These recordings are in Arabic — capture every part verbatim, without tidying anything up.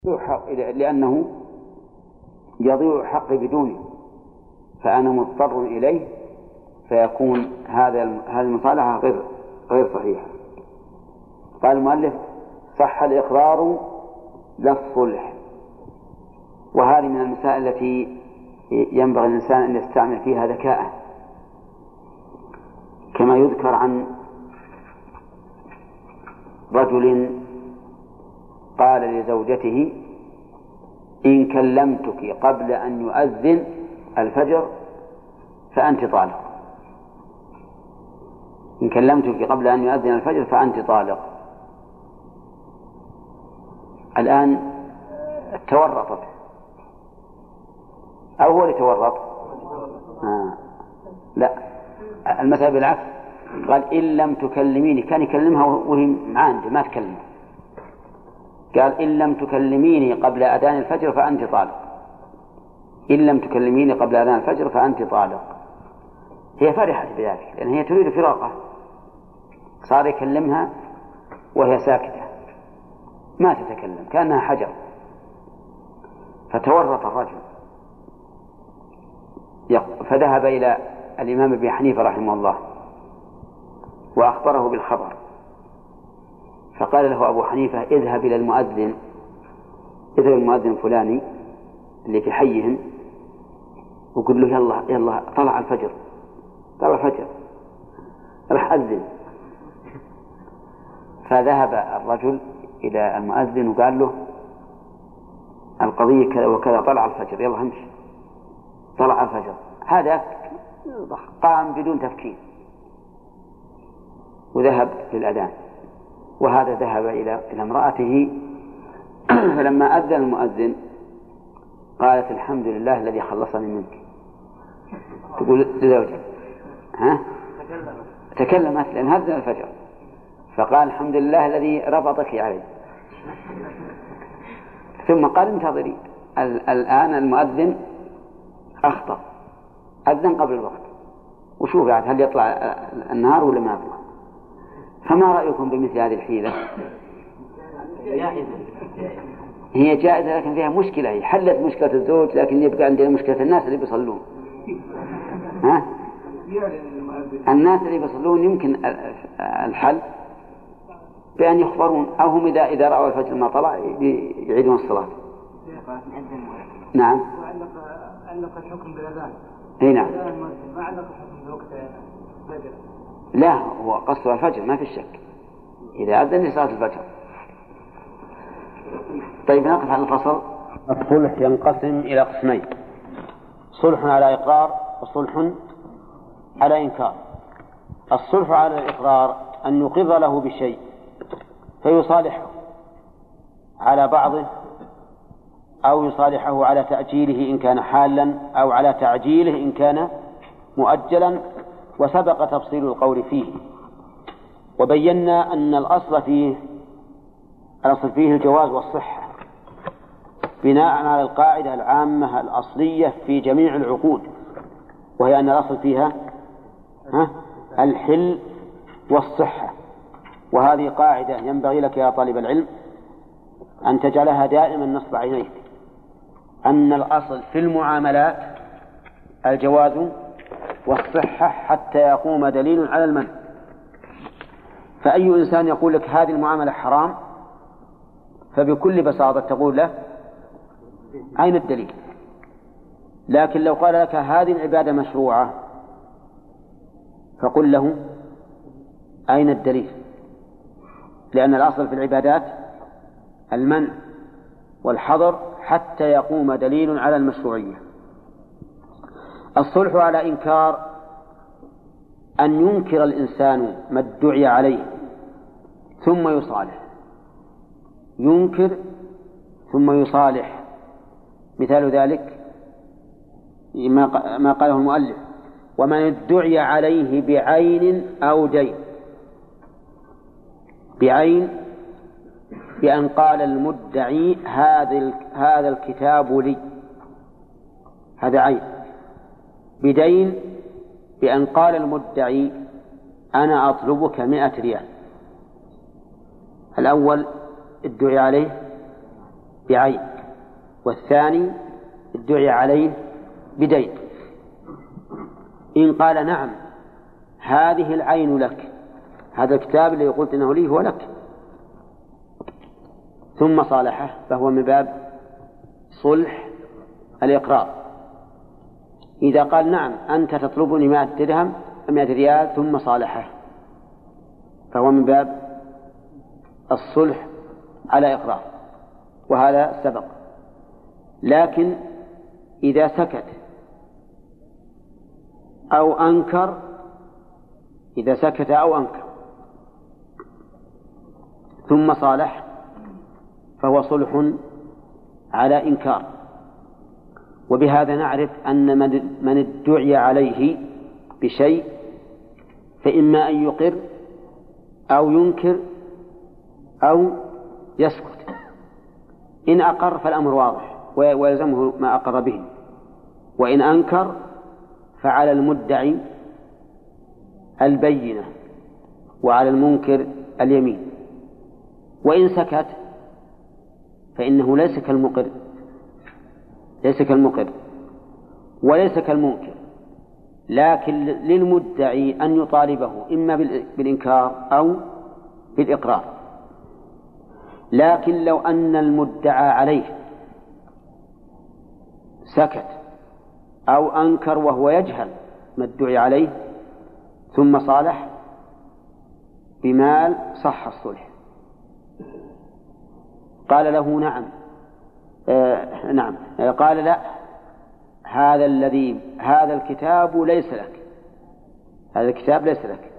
لأنه يضيع حقي بدونه، فأنا مضطر إليه، فيكون هذا هذه المصالحة غير غير صحيحة. قال المؤلف: صح الإقرار لا الصلح. وهذه من المسائل التي ينبغي الإنسان أن يستعمل فيها ذكاءه، كما يذكر عن رجل قال لزوجته: إن كلمتك قبل أن يؤذن الفجر فأنت طالق. إن كلمتك قبل أن يؤذن الفجر فأنت طالق. الآن تورطت، أو هو اللي تورط؟ آه. لا، المسألة بالعكس. قال: إن لم تكلميني، كان يكلمها وهي معاندة ما تكلم. قال: إن لم تكلميني قبل أذان الفجر فأنت طالق. إن لم تكلميني قبل أذان الفجر فأنت طالق. هي فرحت بذلك لأن هي تريد فراقه، صار يكلمها وهي ساكتة ما تتكلم كأنها حجر. فتورط الرجل، فذهب إلى الإمام ابن حنيفة رحمه الله وأخبره بالخبر، فقال له أبو حنيفة: اذهب إلى المؤذن، اذهب المؤذن فلاني اللي في حيهم وقل له: يلا يلا طلع الفجر، طلع الفجر، راح أذن. فذهب الرجل إلى المؤذن وقال له: القضية كذا وكذا، طلع الفجر، يلا همشي. طلع الفجر، هذا قام بدون تفكير وذهب للأذان، وهذا ذهب إلى إلى امرأته. فلما أذن المؤذن قالت: الحمد لله الذي خلصني منك. تقول لزوجها: ها؟ تكلمت لأن أذن الفجر، فقال: الحمد لله الذي ربطك علي. ثم قال: انتظري، الآن المؤذن أخطأ، أذن قبل الوقت، وشوف بعد هل يطلع النهار ولا ما يطلع. فما رأيكم بمثل هذه الحيلة؟ هي جائزة لكن فيها مشكلة، هي حلت مشكلة الزوج لكن يبقى عندنا مشكلة الناس اللي بيصلون. ها؟ الناس اللي بيصلون يمكن الحل بأن يخبرون، أو هم إذا إذا رأوا الفجر ما طلع يعيدون الصلاة. نعم. علق الحكم بالأذان. اي نعم. ما علق الحكم بوقت الفجر. لا، هو قصر الفجر ما في شك، إذا أذن لصلاة الفجر. طيب نقف على الفصل. الصلح ينقسم إلى قسمين: صلح على إقرار وصلح على إنكار. الصلح على الإقرار أن يقر له بشيء فيصالحه على بعضه، أو يصالحه على تأجيله إن كان حالا، أو على تعجيله إن كان مؤجلا، وسبق تفصيل القول فيه. وبينا أن الأصل فيه الأصل فيه الجواز والصحة بناء على القاعدة العامة الأصلية في جميع العقود، وهي أن الأصل فيها ها الحل والصحة. وهذه قاعدة ينبغي لك يا طالب العلم أن تجعلها دائما نصب عينيك، أن الأصل في المعاملات الجواز والصحة حتى يقوم دليل على المنع. فأي إنسان يقول لك هذه المعاملة حرام، فبكل بساطة تقول له: أين الدليل؟ لكن لو قال لك هذه العبادة مشروعة، فقل له: أين الدليل؟ لأن الأصل في العبادات المنع والحظر حتى يقوم دليل على المشروعية. الصلح على إنكار أن ينكر الإنسان ما ادعي عليه ثم يصالح، ينكر ثم يصالح. مثال ذلك ما قاله المؤلف: ومن ادعي عليه بعين أو دين. بعين بأن قال المدعي: هذا هذا الكتاب لي، هذا عين. بدين بأن قال المدعي: أنا أطلبك مئة ريال. الأول ادعي عليه بعين، والثاني ادعي عليه بدين. إن قال نعم هذه العين لك، هذا الكتاب الذي قلت إنه لي هو لك، ثم صالحه، فهو من باب صلح الإقرار. إذا قال نعم أنت تطلبني مائة درهم مائة ريال ثم صالحه، فهو من باب الصلح على إقرار، وهذا سبق. لكن إذا سكت أو أنكر، إذا سكت أو أنكر ثم صالح، فهو صلح على إنكار. وبهذا نعرف أن من ادعي عليه بشيء فإما أن يقر أو ينكر أو يسكت. إن أقر فالأمر واضح ويلزمه ما أقر به، وإن أنكر فعلى المدعي البينة وعلى المنكر اليمين. وإن سكت فإنه ليس كالمقر ليس كالمقر وليس كالمنكر، لكن للمدعي أن يطالبه إما بالإنكار أو بالإقرار. لكن لو أن المدعى عليه سكت أو أنكر وهو يجهل ما ادعي عليه ثم صالح بمال، صح الصلح. قال له نعم آه نعم آه قال لا، هذا الذي هذا الكتاب ليس لك، هذا الكتاب ليس لك،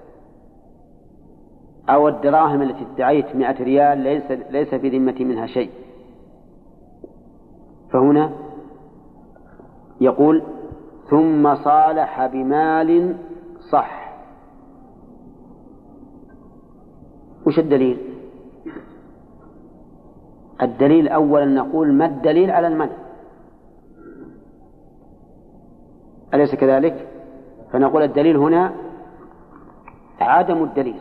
أو الدراهم التي ادعيت مئة ريال ليس ليس في ذمتي منها شيء. فهنا يقول ثم صالح بمال صح. وش الدليل؟ الدليل أولا نقول ما الدليل على المنع، أليس كذلك؟ فنقول الدليل هنا عدم الدليل،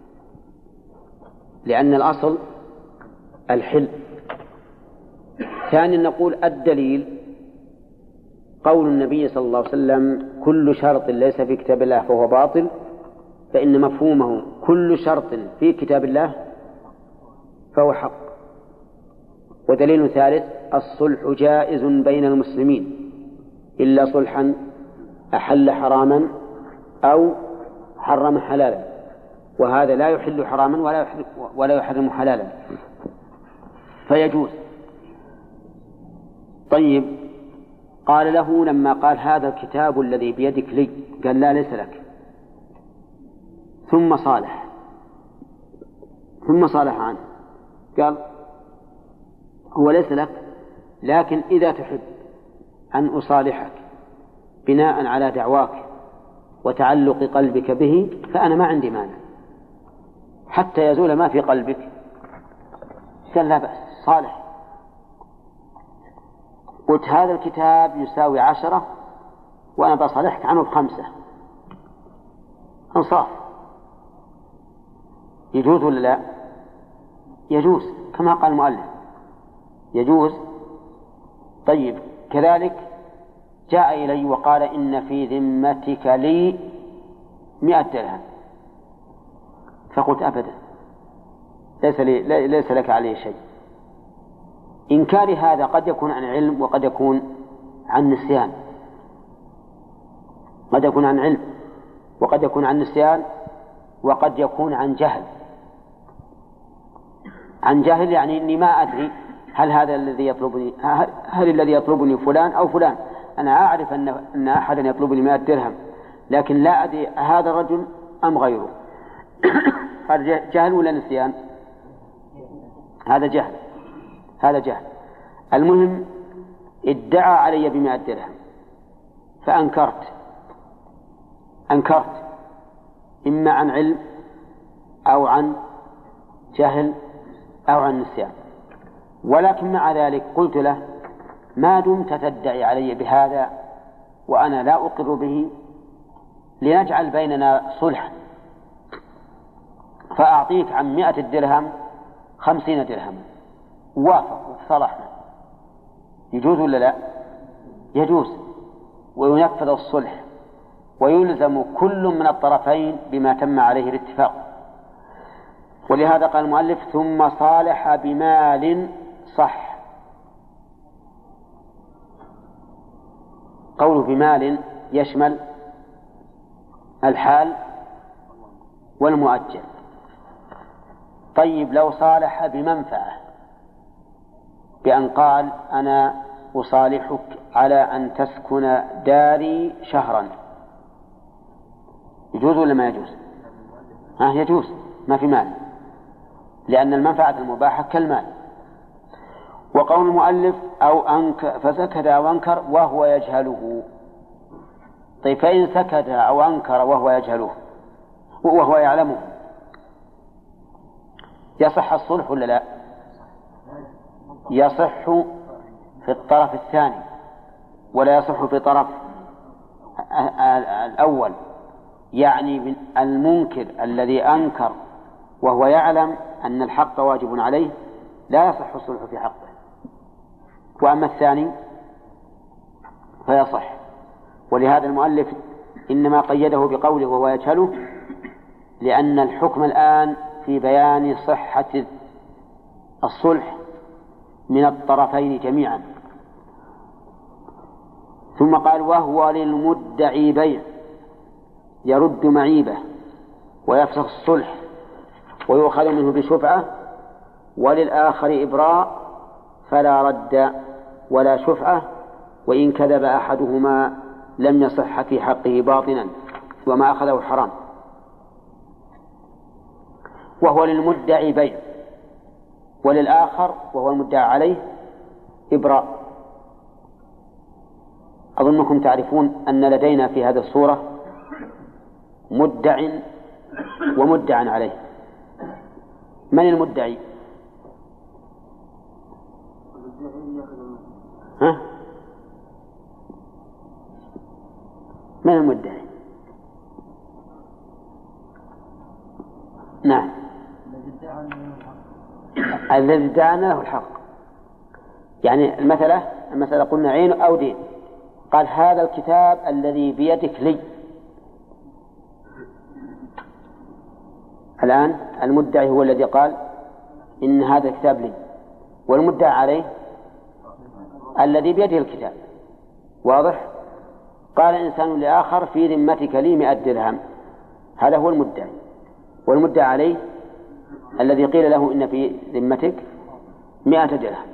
لأن الأصل الحل. ثانيا نقول الدليل قول النبي صلى الله عليه وسلم كل شرط ليس في كتاب الله فهو باطل، فإن مفهومه كل شرط في كتاب الله فهو حق. ودليل ثالث الصلح جائز بين المسلمين إلا صلحا أحل حراما أو حرم حلالا، وهذا لا يحل حراما ولا يحرم, ولا يحرم حلالا فيجوز. طيب، قال له لما قال هذا الكتاب الذي بيدك لي، قال لا ليس لك، ثم صالح ثم صالح عنه، قال هو ليس لك، لكن إذا تحب أن أصالحك بناء على دعواك وتعلق قلبك به فأنا ما عندي مانع حتى يزول ما في قلبك. قال لا بأس، صالح. قلت هذا الكتاب يساوي عشرة وأنا بصالحك عنه بخمسة، انصاف. يجوز ولا لا؟ يجوز كما قال المؤلف، يجوز. طيب، كذلك جاء إلي وقال إن في ذمتك لي مئة درهم، فقلت أبدا ليس, لي ليس لك عليه شيء. إنكار هذا قد يكون عن علم وقد يكون عن نسيان، قد يكون عن علم وقد يكون عن نسيان وقد يكون عن جهل. عن جهل يعني إني ما أدري هل هذا الذي يطلبني هل الذي يطلبني فلان أو فلان. أنا أعرف أن أن أحدا يطلبني مئة درهم، لكن لا أدري هذا الرجل أم غيره. هذا جهل ولا نسيان؟ هذا جهل، هذا جهل. المهم ادعى علي بمئة درهم فأنكرت أنكرت إما عن علم أو عن جهل أو عن نسيان، ولكن مع ذلك قلت له ما دمت تدعي علي بهذا وأنا لا أقر به لنجعل بيننا صلحا، فأعطيك عن مئة درهم خمسين درهم. وافق وتصالحنا. يجوز ولا لا؟ يجوز، وينفذ الصلح ويلزم كل من الطرفين بما تم عليه الاتفاق. ولهذا قال المؤلف ثم صالح بمال صح. قوله بمال يشمل الحال والمؤجل. طيب لو صالح بمنفعة بأن قال أنا أصالحك على أن تسكن داري شهرا، يجوز ولا ما يجوز؟ ها يجوز، ما في مال، لأن المنفعة المباحة كالمال. وقول المؤلف أو أنكر فسكت أو أنكر وهو يجهله. طيب فإن سكت أو أنكر وهو يجهله وهو يعلمه يصح الصلح ولا لا؟ يصح في الطرف الثاني ولا يصح في طرف الأول، يعني المنكر الذي أنكر وهو يعلم أن الحق واجب عليه لا يصح الصلح في حقه، وأما الثاني فيصح. ولهذا المؤلف إنما قيده بقوله وهو يجهله، لأن الحكم الآن في بيان صحة الصلح من الطرفين جميعا. ثم قال وهو للمدعي بيع يرد معيبه ويفسخ الصلح ويؤخذ منه بشفعة، وللآخر إبراء فلا رد ولا شفعة، وإن كذب أحدهما لم يصح في حقه باطنا وما أخذه حرام. وهو للمدعي بيع وللآخر وهو المدعى عليه إبراء. أظنكم تعرفون أن لدينا في هذه الصورة مدع ومدع عليه. من المدعي؟ ها؟ من المدعي؟ نعم، الذي ادعى له الحق. يعني المسألة المسألة قلنا عين أو دين. قال هذا الكتاب الذي بيدك لي. الآن المدعي هو الذي قال إن هذا الكتاب لي، والمدعى عليه الذي بيده الكتاب. واضح؟ قال إنسان لآخر في ذمتك لي مئة درهم، هذا هو المدعي، والمدعى عليه الذي قيل له إن في ذمتك مئة درهم.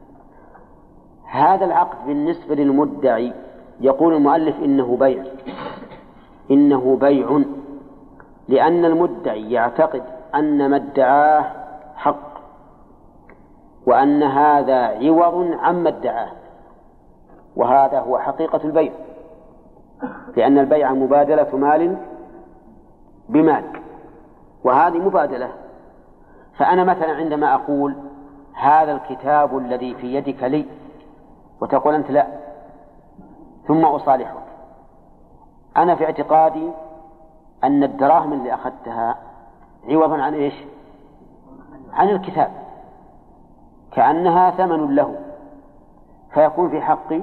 هذا العقد بالنسبة للمدعي يقول المؤلف إنه بيع، إنه بيع، لأن المدعي يعتقد أن ما ادعاه حق، وأن هذا عوض عما ادعاه، وهذا هو حقيقة البيع، لأن البيع مبادلة مال بمال، وهذه مبادلة. فأنا مثلا عندما أقول هذا الكتاب الذي في يدك لي، وتقول أنت لا، ثم أصالحك، أنا في اعتقادي أن الدراهم اللي أخذتها عوضا عن إيش؟ عن الكتاب، كأنها ثمن له، فيكون في حقي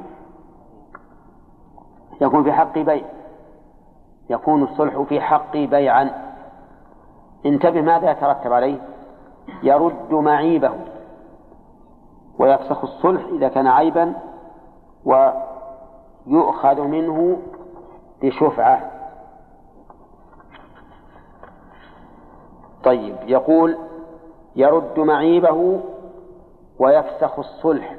يكون في حقي بيع، يكون الصلح في حقي بيعا. انتبه ماذا يترتب عليه؟ يرد معيبه ويفسخ الصلح إذا كان عيبا، ويؤخذ منه بشفعة. طيب يقول يرد معيبه ويفسخ الصلح.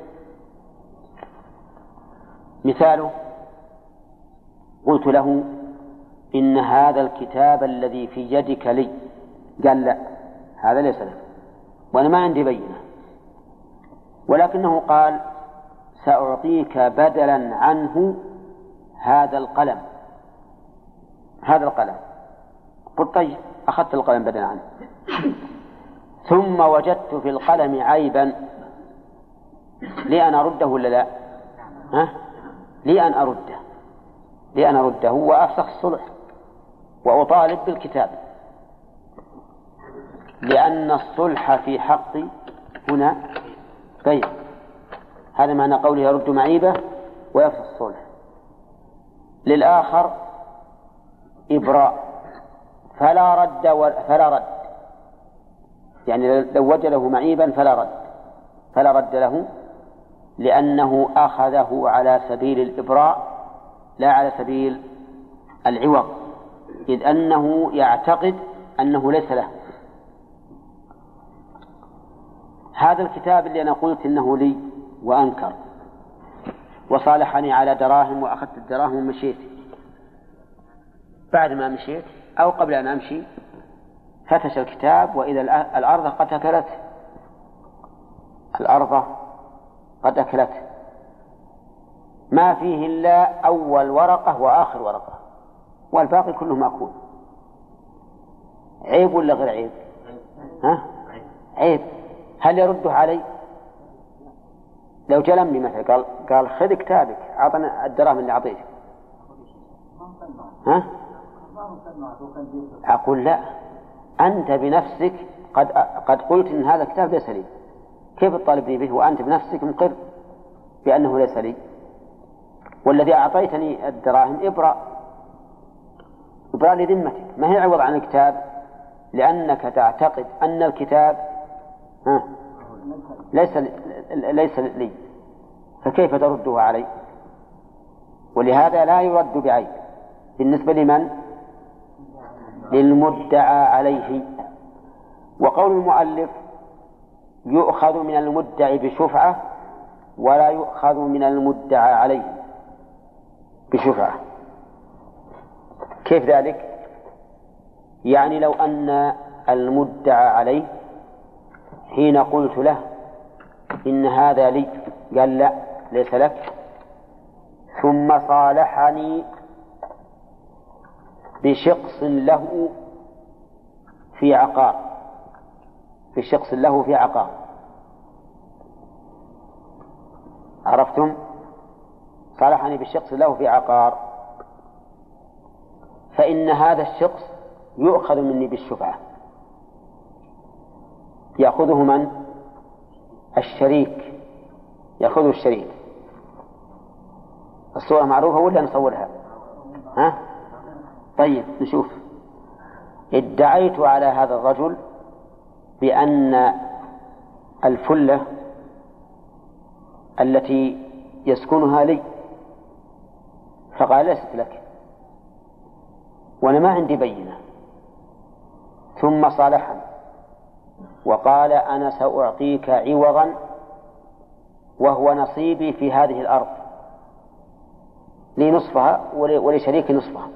مثاله قلت له إن هذا الكتاب الذي في يدك لي، قال لا هذا ليس لك وأنا ما عندي بينة، ولكنه قال سأعطيك بدلا عنه هذا القلم هذا القلم قلت طيب أخذت القلم بدلا عنه، ثم وجدت في القلم عيبا، لي أن أرده ولا لا؟ ها؟ لي أن أرده لي أن أرده وأفسخ الصلح وأطالب بالكتاب، لأن الصلح في حقي هنا بيع. هذا معنى قوله يرد معيبة ويفسخ الصلح. للآخر إبراء فلا رد فلا رد، يعني لو وجده معيبا فلا رد فلا رد له، لأنه أخذه على سبيل الإبراء لا على سبيل العوض، إذ أنه يعتقد أنه ليس له. هذا الكتاب اللي أنا قلت إنه لي وأنكر وصالحني على دراهم وأخذت الدراهم ومشيت، بعد ما مشيت أو قبل أن أمشي فتش الكتاب وإذا الأرض قد أكلته الأرض قد أكلته ما فيه إلا أول ورقة وآخر ورقة والباقي كله مأكول. عيب ولا غير عيب؟ ها؟ عيب. هل يرده علي؟ لو جلمني مثلا قال قال خذ كتابك أعطنا الدراهم اللي أعطيتك، ها؟ أقول لا، أنت بنفسك قد قد قلت إن هذا الكتاب ليس لي، كيف تطالبني به وأنت بنفسك مقر بأنه ليس لي؟ والذي أعطيتني الدراهم إبراء إبراء لذمتك، ما هي عوض عن الكتاب، لأنك تعتقد أن الكتاب ها ليس ليس لي، فكيف ترده علي؟ ولهذا لا يرد بعيب بالنسبة لمن؟ للمدعى عليه. وقول المؤلف يؤخذ من المدعي بشفعة ولا يؤخذ من المدعى عليه بشفعة، كيف ذلك؟ يعني لو أن المدعى عليه حين قلت له إن هذا لي قال لا ليس لك، ثم صالحني بشخص له في عقار بشخص له في عقار عرفتم؟ صالحني بشخص له في عقار، فإن هذا الشخص يؤخذ مني بالشفعة. يأخذه من؟ الشريك، يأخذه الشريك. الصورة معروفة ولا نصورها؟ ها؟ طيب نشوف. ادعيت على هذا الرجل بأن الفلة التي يسكنها لي، فقال ليست لك وأنا ما عندي بينة، ثم صالحني وقال أنا سأعطيك عوضا وهو نصيبي في هذه الأرض، لي نصفها ولشريك نصفها،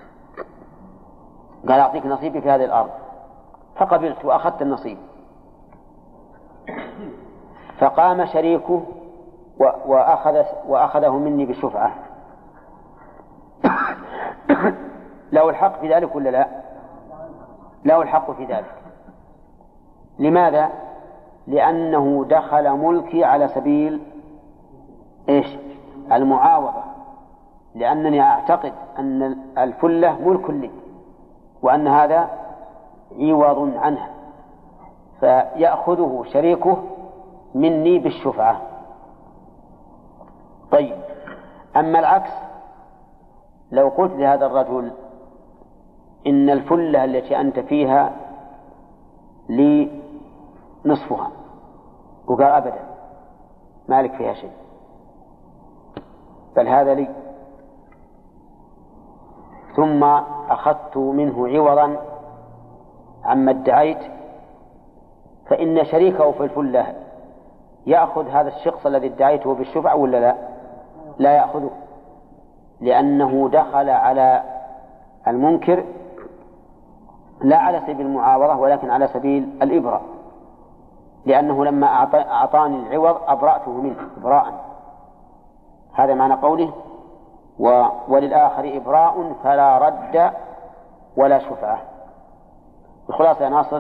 قال أعطيك نصيبي في هذه الأرض، فقبلت وأخذت النصيب. فقام شريكه وأخذ وأخذه مني بالشفعة، له الحق في ذلك ولا لا؟ له الحق في ذلك. لماذا؟ لأنه دخل ملكي على سبيل إيش؟ المعاوضة، لأنني أعتقد أن الفلة ملك لي وأن هذا عوض عنه، فيأخذه شريكه مني بالشفعة. طيب، أما العكس، لو قلت لهذا الرجل إن الفلة التي أنت فيها لي نصفها، وقال أبدا مالك فيها شيء بل هذا لي، ثم أخذت منه عوضا عما ادعيت، فإن شريكه في الفلة يأخذ هذا الشخص الذي ادعيته بالشفعة ولا لا؟ لا يأخذه، لأنه دخل على المنكر لا على سبيل المعاوضة ولكن على سبيل الإبراء، لأنه لما أعطاني العوض أبرأته منه إبراء. هذا معنى قوله و... وللآخر إبراء فلا رد ولا شفعة. الخلاصة يا ناصر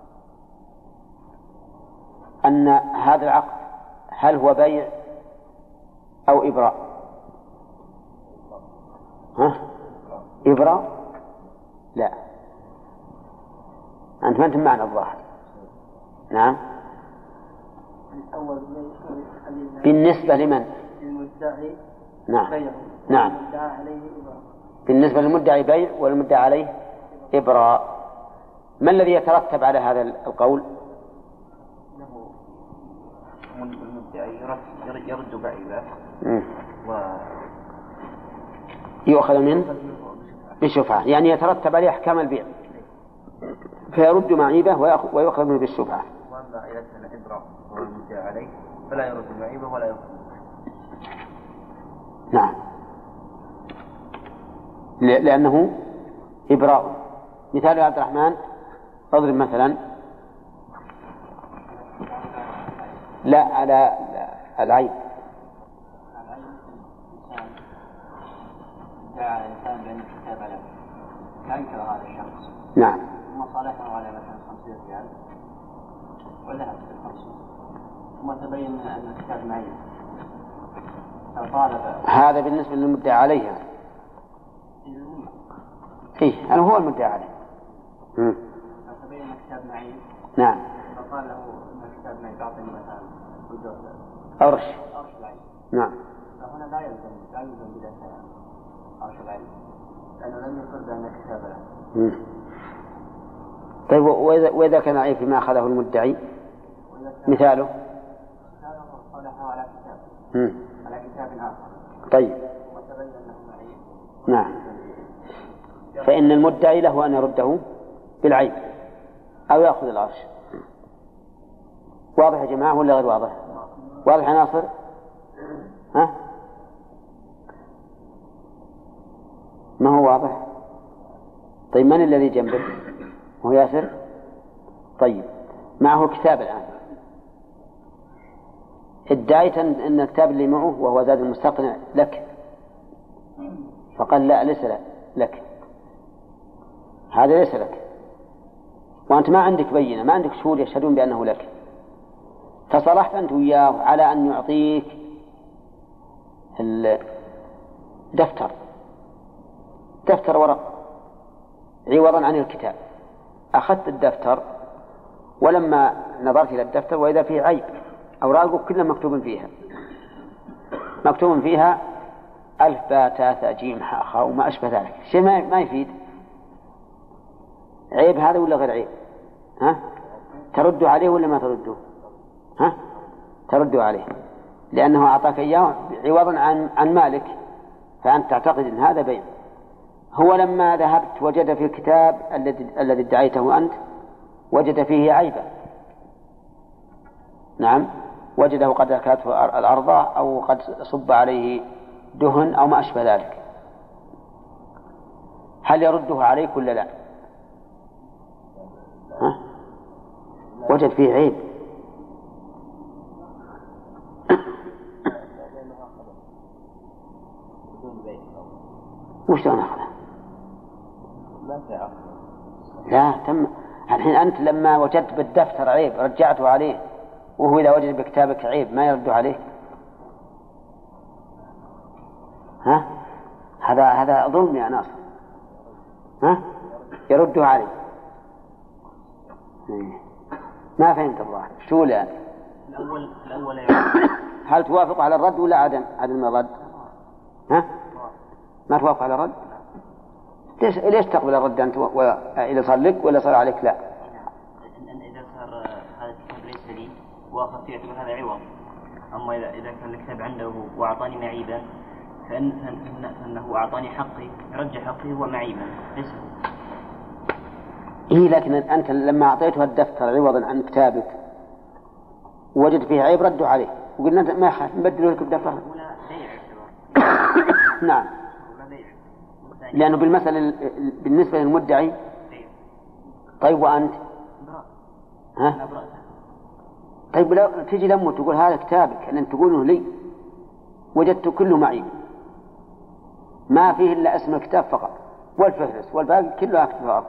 أن هذا العقد هل هو بيع أو إبراء؟ ها؟ إبراء؟ لا، أنت ما أنت معنى الظاهر. نعم. الأول بالنسبة لمن؟ للمدعي نعم بيع. نعم المدعى عليه إبراء. بالنسبة للمدعي بيع والمدعى عليه إبراء. ما الذي يترتب على هذا القول؟ له المدعي يرد, يرد بعيبه و يؤخذ منه بالشفعة، يعني يترتب عليه أحكام البيع فيرد معيبه ويؤخذ منه بالشفعة. وأما إذا كان إبراء هو المدعى عليه فلا يرد معيبه ولا يؤخذ. نعم لأنه إبراء. مثال عبد الرحمن اضرب مثلا. لا على العيب. دعا إنسان بأن الكتاب له أنكر هذا الشخص. نعم. ثم صالحه على مثلا خمسين ريال وذهب بالخمسين ثم تبين أن الكتاب معين فطالب. هذا بالنسبة للمدعى عليها. إيه أنا هو المدعى عليه. امم. فتبين أن الكتاب معين. نعم. فقال له أن الكتاب معين بعطني مثلا أرش. أرش العين. نعم. فهنا لا يلزم لا يلزم بذلك أرش العين لأنه لم يقر بأن الكتاب له. امم. طيب وإذا وإذا كان عيب فيما أخذه المدعي مثاله؟ مثاله صالحه على كتاب. امم. على كتاب آخر. طيب. وتبين أنه معين. نعم. فإن المدعي له أن يرده بالعيب أو يأخذ العرش. واضح يا جماعة ولا غير واضح؟ واضح يا ناصر؟ ها؟ ما هو واضح؟ طيب من الذي جنبك؟ هو ياسر؟ طيب معه كتاب الآن ادعيت أن الكتاب اللي معه وهو زاد المستقنع لك فقال لا ليس لك هذا ليس لك وأنت ما عندك بينة ما عندك شهود يشهدون بأنه لك فصلحت أنت وياه على أن يعطيك الدفتر دفتر ورق عوضا عن الكتاب. أخذت الدفتر ولما نظرت إلى الدفتر وإذا فيه عيب أوراقه كلها مكتوب فيها مكتوب فيها ألف باء تاء ثاء جيم حاء خاء وما أشبه ذلك شيء ما يفيد. عيب هذا ولا غير عيب؟ ها؟ تردوا عليه ولا ما تردوا؟ ها؟ تردوا عليه لأنه أعطاك إياه عوضا عن عن مالك فأنت تعتقد أن هذا بيع. هو لما ذهبت وجد في الكتاب الذي الذي ادعيته أنت وجد فيه عيبا. نعم وجده قد أكلته الأرض أو قد صب عليه دهن أو ما أشبه ذلك. هل يرده عليك ولا لا؟ ها؟ وجد فيه عيب وش نأخذه؟ لا تم. الحين أنت لما وجدت بالدفتر عيب رجعته عليه وهو إذا وجد بكتابك عيب ما يرد عليه. ها؟ هذا هذا ظلم يا ناصر. ها؟ يرده عليه. ما فهمت الله شو الآن؟ الأول الأول هل توافق على الرد ولا عدم عدم الرد؟ ها؟ ما توافق على الرد؟ ليش ليش تقبل الرد أنت وإذا صار لك ولا صار عليك؟ لا. إن إذا صار هذا الكتاب ليس لي وأخذت يعتبر هذا عوض. أما إذا إذا كان الكتاب عنده وأعطاني معيبا فإن فإنه أعطاني حقي رجع حقي هو معيبا ليس. إيه لكن أنت لما أعطيته الدفتر عوضا عن كتابك وجد فيه عيب ردوا عليه وقلنا ما يخاف نبدله لك الدفتر. نعم لأنه بالمثل بالنسبة للمدعي. طيب وأنت ها؟ طيب لو تجي لمه تقول هذا كتابك أن تقوله لي وجدت كله معي ما فيه إلا اسم الكتاب فقط والفهرس والباقي كله أكتب الأرض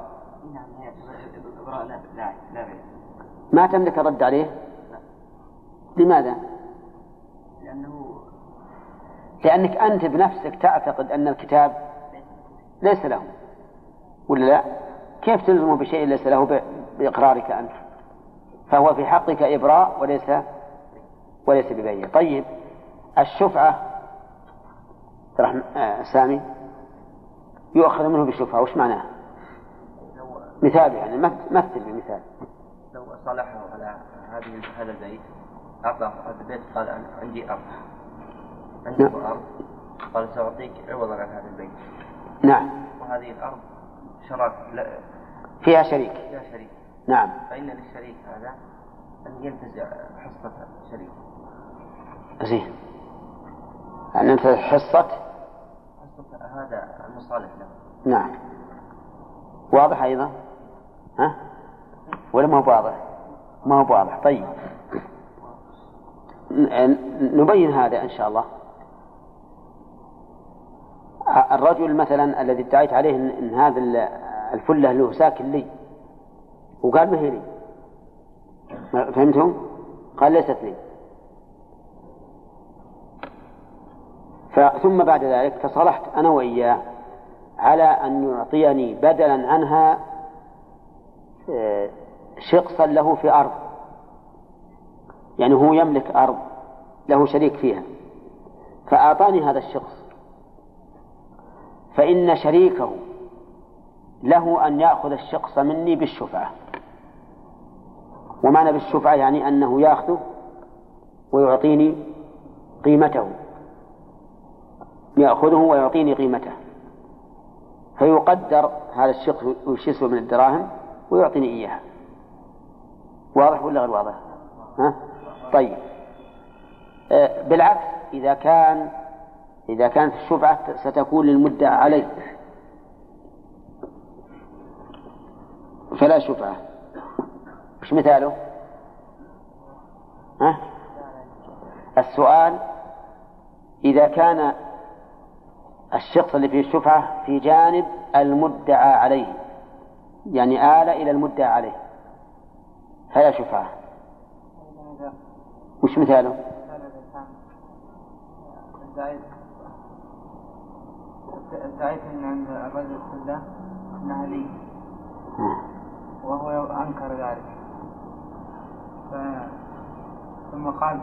ما تملك الرد عليه. لماذا؟ لأنه لأنك أنت بنفسك تعتقد أن الكتاب ليس له ولا لا؟ كيف تلزمه بشيء ليس له بإقرارك أنت؟ فهو في حقك إبراء وليس وليس ببيع. طيب الشفعة آه سامي يؤخذ منه بالشفعة، وش معناه؟ مثال يعني مثل بمثال. لو صالحه على هذه هذا البيت، أعطاه هذا البيت، قال عندي أرض عندي نعم. أرض، قال سأعطيك عوضا عن هذا البيت. نعم. وهذه الأرض شراك فيها شريك. فيها شريك. نعم. فإن للشريك هذا أن ينتزع حصة شريك. زين. أن أنت حصة حصة هذا المصالح له. نعم. واضح أيضا؟ ها؟ ولا ما هو واضح؟ ما هو واضح. طيب نبين هذا إن شاء الله. الرجل مثلا الذي ادعيت عليه إن هذا الفلة له ساكن لي، وقال ما هي لي، فهمتم؟ قال ليست لي. ثم بعد ذلك تصالحت أنا وإياه على أن يعطيني بدلا عنها شقصا له في أرض، يعني هو يملك أرض له شريك فيها، فأعطاني هذا الشخص، فإن شريكه له أن يأخذ الشخص مني بالشفعة. ومعنى بالشفعة يعني أنه يأخذه ويعطيني قيمته، يأخذه ويعطيني قيمته، فيقدر هذا الشخص وش يسوى من الدراهم ويعطيني إياها. واضح ولا غير واضح؟ ها؟ طيب آه بالعكس، إذا كان إذا كانت الشفعة ستكون للمدعى عليه فلا شفعة. مش مثاله؟ ها؟ السؤال إذا كان الشخص اللي فيه الشفعة في جانب المدعى عليه، يعني آل إلى المدعى عليه، فلا شفعة. مش مثاله؟ ادعيت ان عند الرجل كله انها لي، وهو انكر ذلك، ف... ثم قال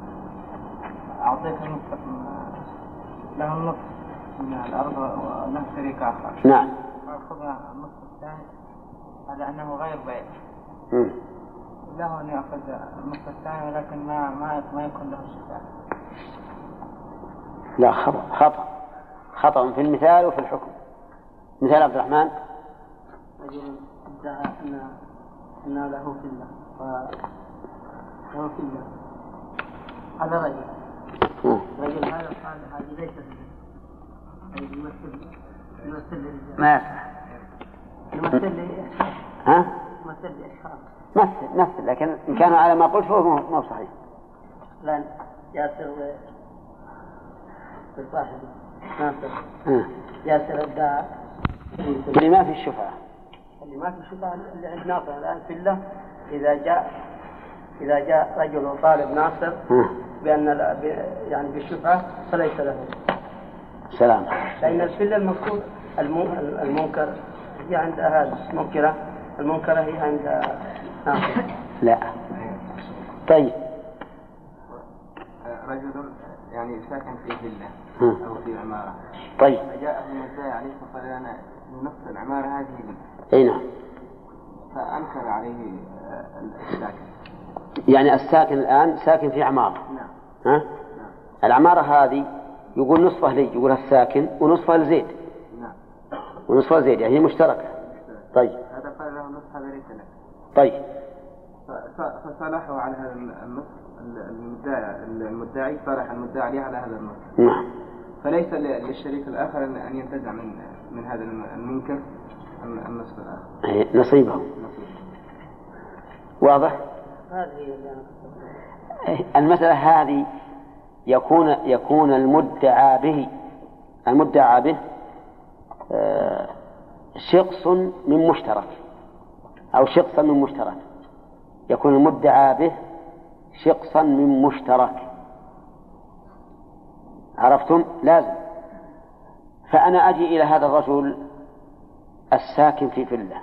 اعطيك النصف، له النصف من الارض وله شريك اخر. نعم. فاخذها النصف الثاني على انه غير بيع، م. له ان ياخذ النصف الثاني ولكن ما ما ما يكون له شفاعة. لا، خطأ خطأ خطأ في المثال وفي الحكم. مثال عبد الرحمن. رجل ادعى أن أن له فلة وله فلة هذا رجل رجل هذا قال هذه ليست فلة، يمثل يمثل ما يصح. يمثل لي ها؟ يمثل لأشخاص. مثل مثل لكن إن كان على ما قلت فهو ما هو صحيح. لا ياسر الصاحب ناصر ياسر ادعى اللي ما في الشفعة، اللي ما في الشفعة اللي عند ناصر الآن فلة. إذا جاء إذا جاء رجل وطالب ناصر بأن يعني بالشفعة فليس له سلام، لأن الفلة المفروض المنكر هي عند هذا المنكرة، المنكرة هي عند ناصر. لا. طيب رجل يعني ساكن في فيلا أو في عمارة، طيب فجاء المدعي عليه فقال أنا نفس العمارة هذه لي. أي نعم. فأنكر عليه الساكن، يعني الساكن الآن ساكن في عمارة. نعم. ها؟ نعم. العمارة هذه يقول نصفها لي، يقول الساكن ونصفها لزيد. نعم. ونصفها لزيد يعني هي مشتركة. طيب هذا قال له النصف هذا ليس له. طيب فصالحوا على هذا النصف، المدعي المدعي صالح المدعي عليه على هذا النصف. نعم. فليس للشريك الآخر أن ينتزع من من هذا المنكر النصف الآخر. نصيبه. نصيبه. واضح؟ هذه المسألة هذه يكون يكون المدعى به المدعى به شخص من مشترك أو شخصا من مشترك، يكون المدعى به شخصا من مشترك. عرفتم؟ لازم. فأنا أجي إلى هذا الرجل الساكن في فلة،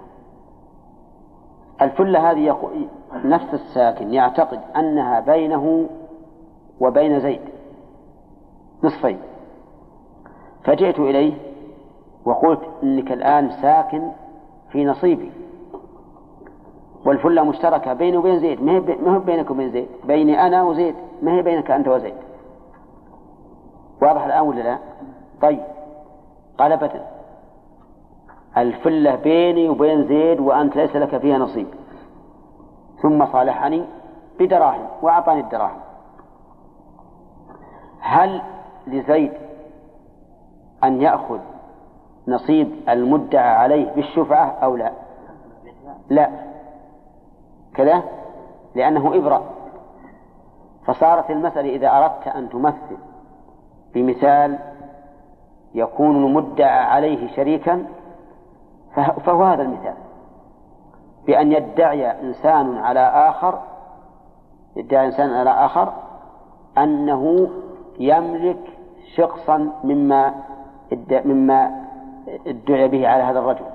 الفلة هذه يقو... نفس الساكن يعتقد أنها بينه وبين زيد نصفين، فجئت إليه وقلت إنك الآن ساكن في نصيبي، والفلة مشتركة بيني وبين زيد، ما هو بينك وبين زيد، بيني أنا وزيد، ما هي بينك أنت وزيد. واضح الآن ولا لا؟ طيب، قال أبدا، الفلة بيني وبين زيد وأنت ليس لك فيها نصيب. ثم صالحني بدراهم وأعطاني الدراهم. هل لزيد أن يأخذ نصيب المدعى عليه بالشفعة أو لا؟ لا، كذا، لأنه إبراء. فصارت المسألة إذا أردت أن تمثل بمثال يكون المدعى عليه شريكا فهو هذا المثال، بأن يدعي إنسان على آخر يدعي إنسان على آخر أنه يملك شخصا مما مما ادعي به على هذا الرجل،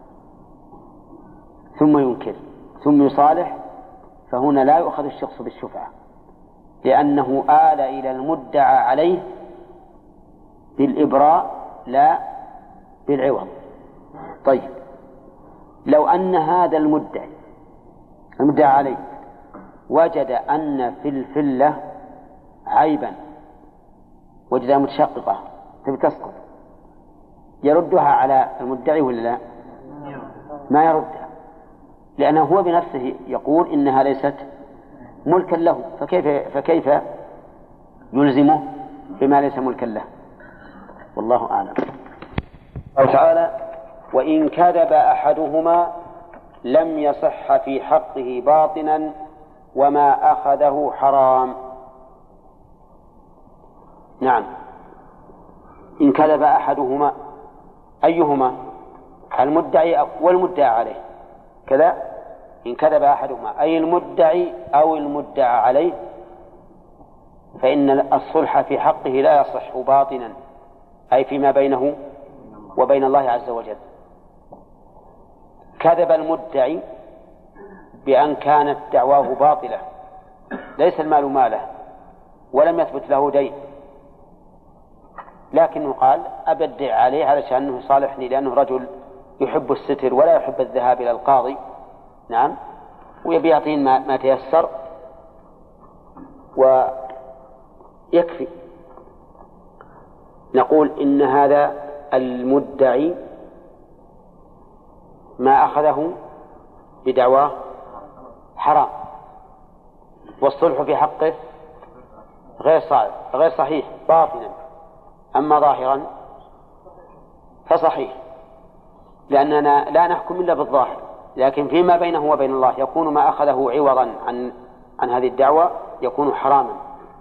ثم ينكر ثم يصالح، فهنا لا يؤخذ الشخص بالشفعة، لأنه آل إلى المدعى عليه بالإبراء لا بالعوض. طيب، لو أن هذا المدعي المدعى عليه وجد أن في الفلة عيبا، وجدها متشققة تبي تسقط، يردها على المدعي ولا لا؟ ما يردها، لأنه هو بنفسه يقول إنها ليست ملكا له، فكيف فكيف يلزمه بما ليس ملكا له؟ والله أعلم. قال تعالى: وإن كذب أحدهما لم يصح في حقه باطنا وما أخذه حرام. نعم، إن كذب أحدهما، أيهما؟ المدعي والمدعى عليه، كذا. إن كذب أحدهما أي المدعي أو المدعى عليه، فإن الصلح في حقه لا يصح باطنا، أي فيما بينه وبين الله عز وجل. كذب المدعي بأن كانت دعواه باطلة، ليس المال ماله ولم يثبت له دين، لكنه قال أبدع عليه علشان أنه يصالحني، لأنه رجل يحب الستر ولا يحب الذهاب إلى القاضي. نعم، ويبي يعطين ما, ما تيسر ويكفي. نقول إن هذا المدعي ما أخذه بدعواه حرام، والصلح في حقه غير صالح غير صحيح باطلا، أما ظاهرا فصحيح، لأننا لا نحكم إلا بالظاهر، لكن فيما بينه وبين الله يكون ما أخذه عوضا عن عن هذه الدعوة يكون حراما.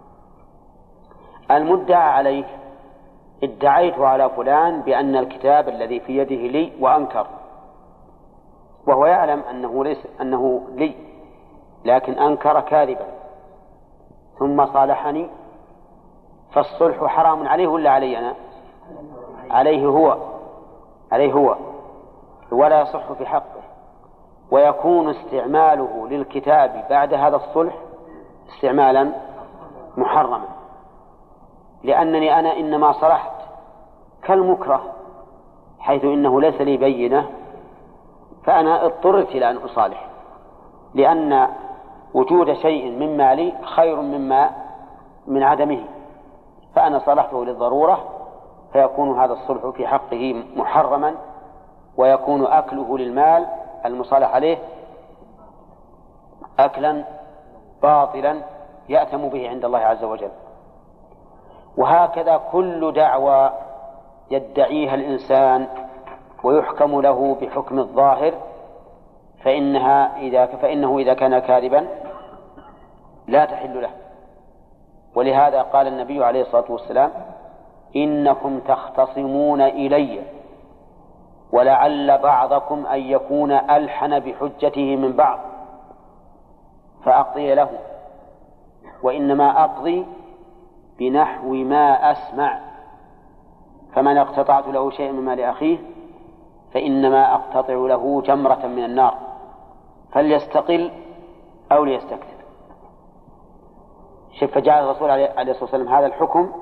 المدعى عليه: ادعيت على فلان بأن الكتاب الذي في يده لي، وأنكر، وهو يعلم أنه ليس أنه لي، لكن أنكر كاذبا، ثم صالحني، فالصلح حرام عليه ولا علي أنا؟ عليه هو عليه هو ولا يصح في حقه، ويكون استعماله للكتاب بعد هذا الصلح استعمالا محرما، لأنني أنا إنما صلحت كالمكره، حيث إنه ليس لي بينة، فأنا اضطررت إلى أن أصالح، لأن وجود شيء من مالي خير مما من عدمه، فأنا صلحته للضرورة، فيكون هذا الصلح في حقه محرما، ويكون أكله للمال المصالح عليه أكلا باطلا يأثم به عند الله عز وجل. وهكذا كل دعوى يدعيها الإنسان ويحكم له بحكم الظاهر فإنها إذا فإنه إذا كان كاذبا لا تحل له. ولهذا قال النبي عليه الصلاة والسلام: إنكم تختصمون إلي ولعل بعضكم أن يكون ألحن بحجته من بعض فأقضي له، وإنما أقضي بنحو ما أسمع، فمن اقتطعت له شيئا من مال أخيه فإنما أقتطع له جمرة من النار فليستقل أو ليستكثر. شف فجعل الرسول عليه الصلاة والسلام هذا الحكم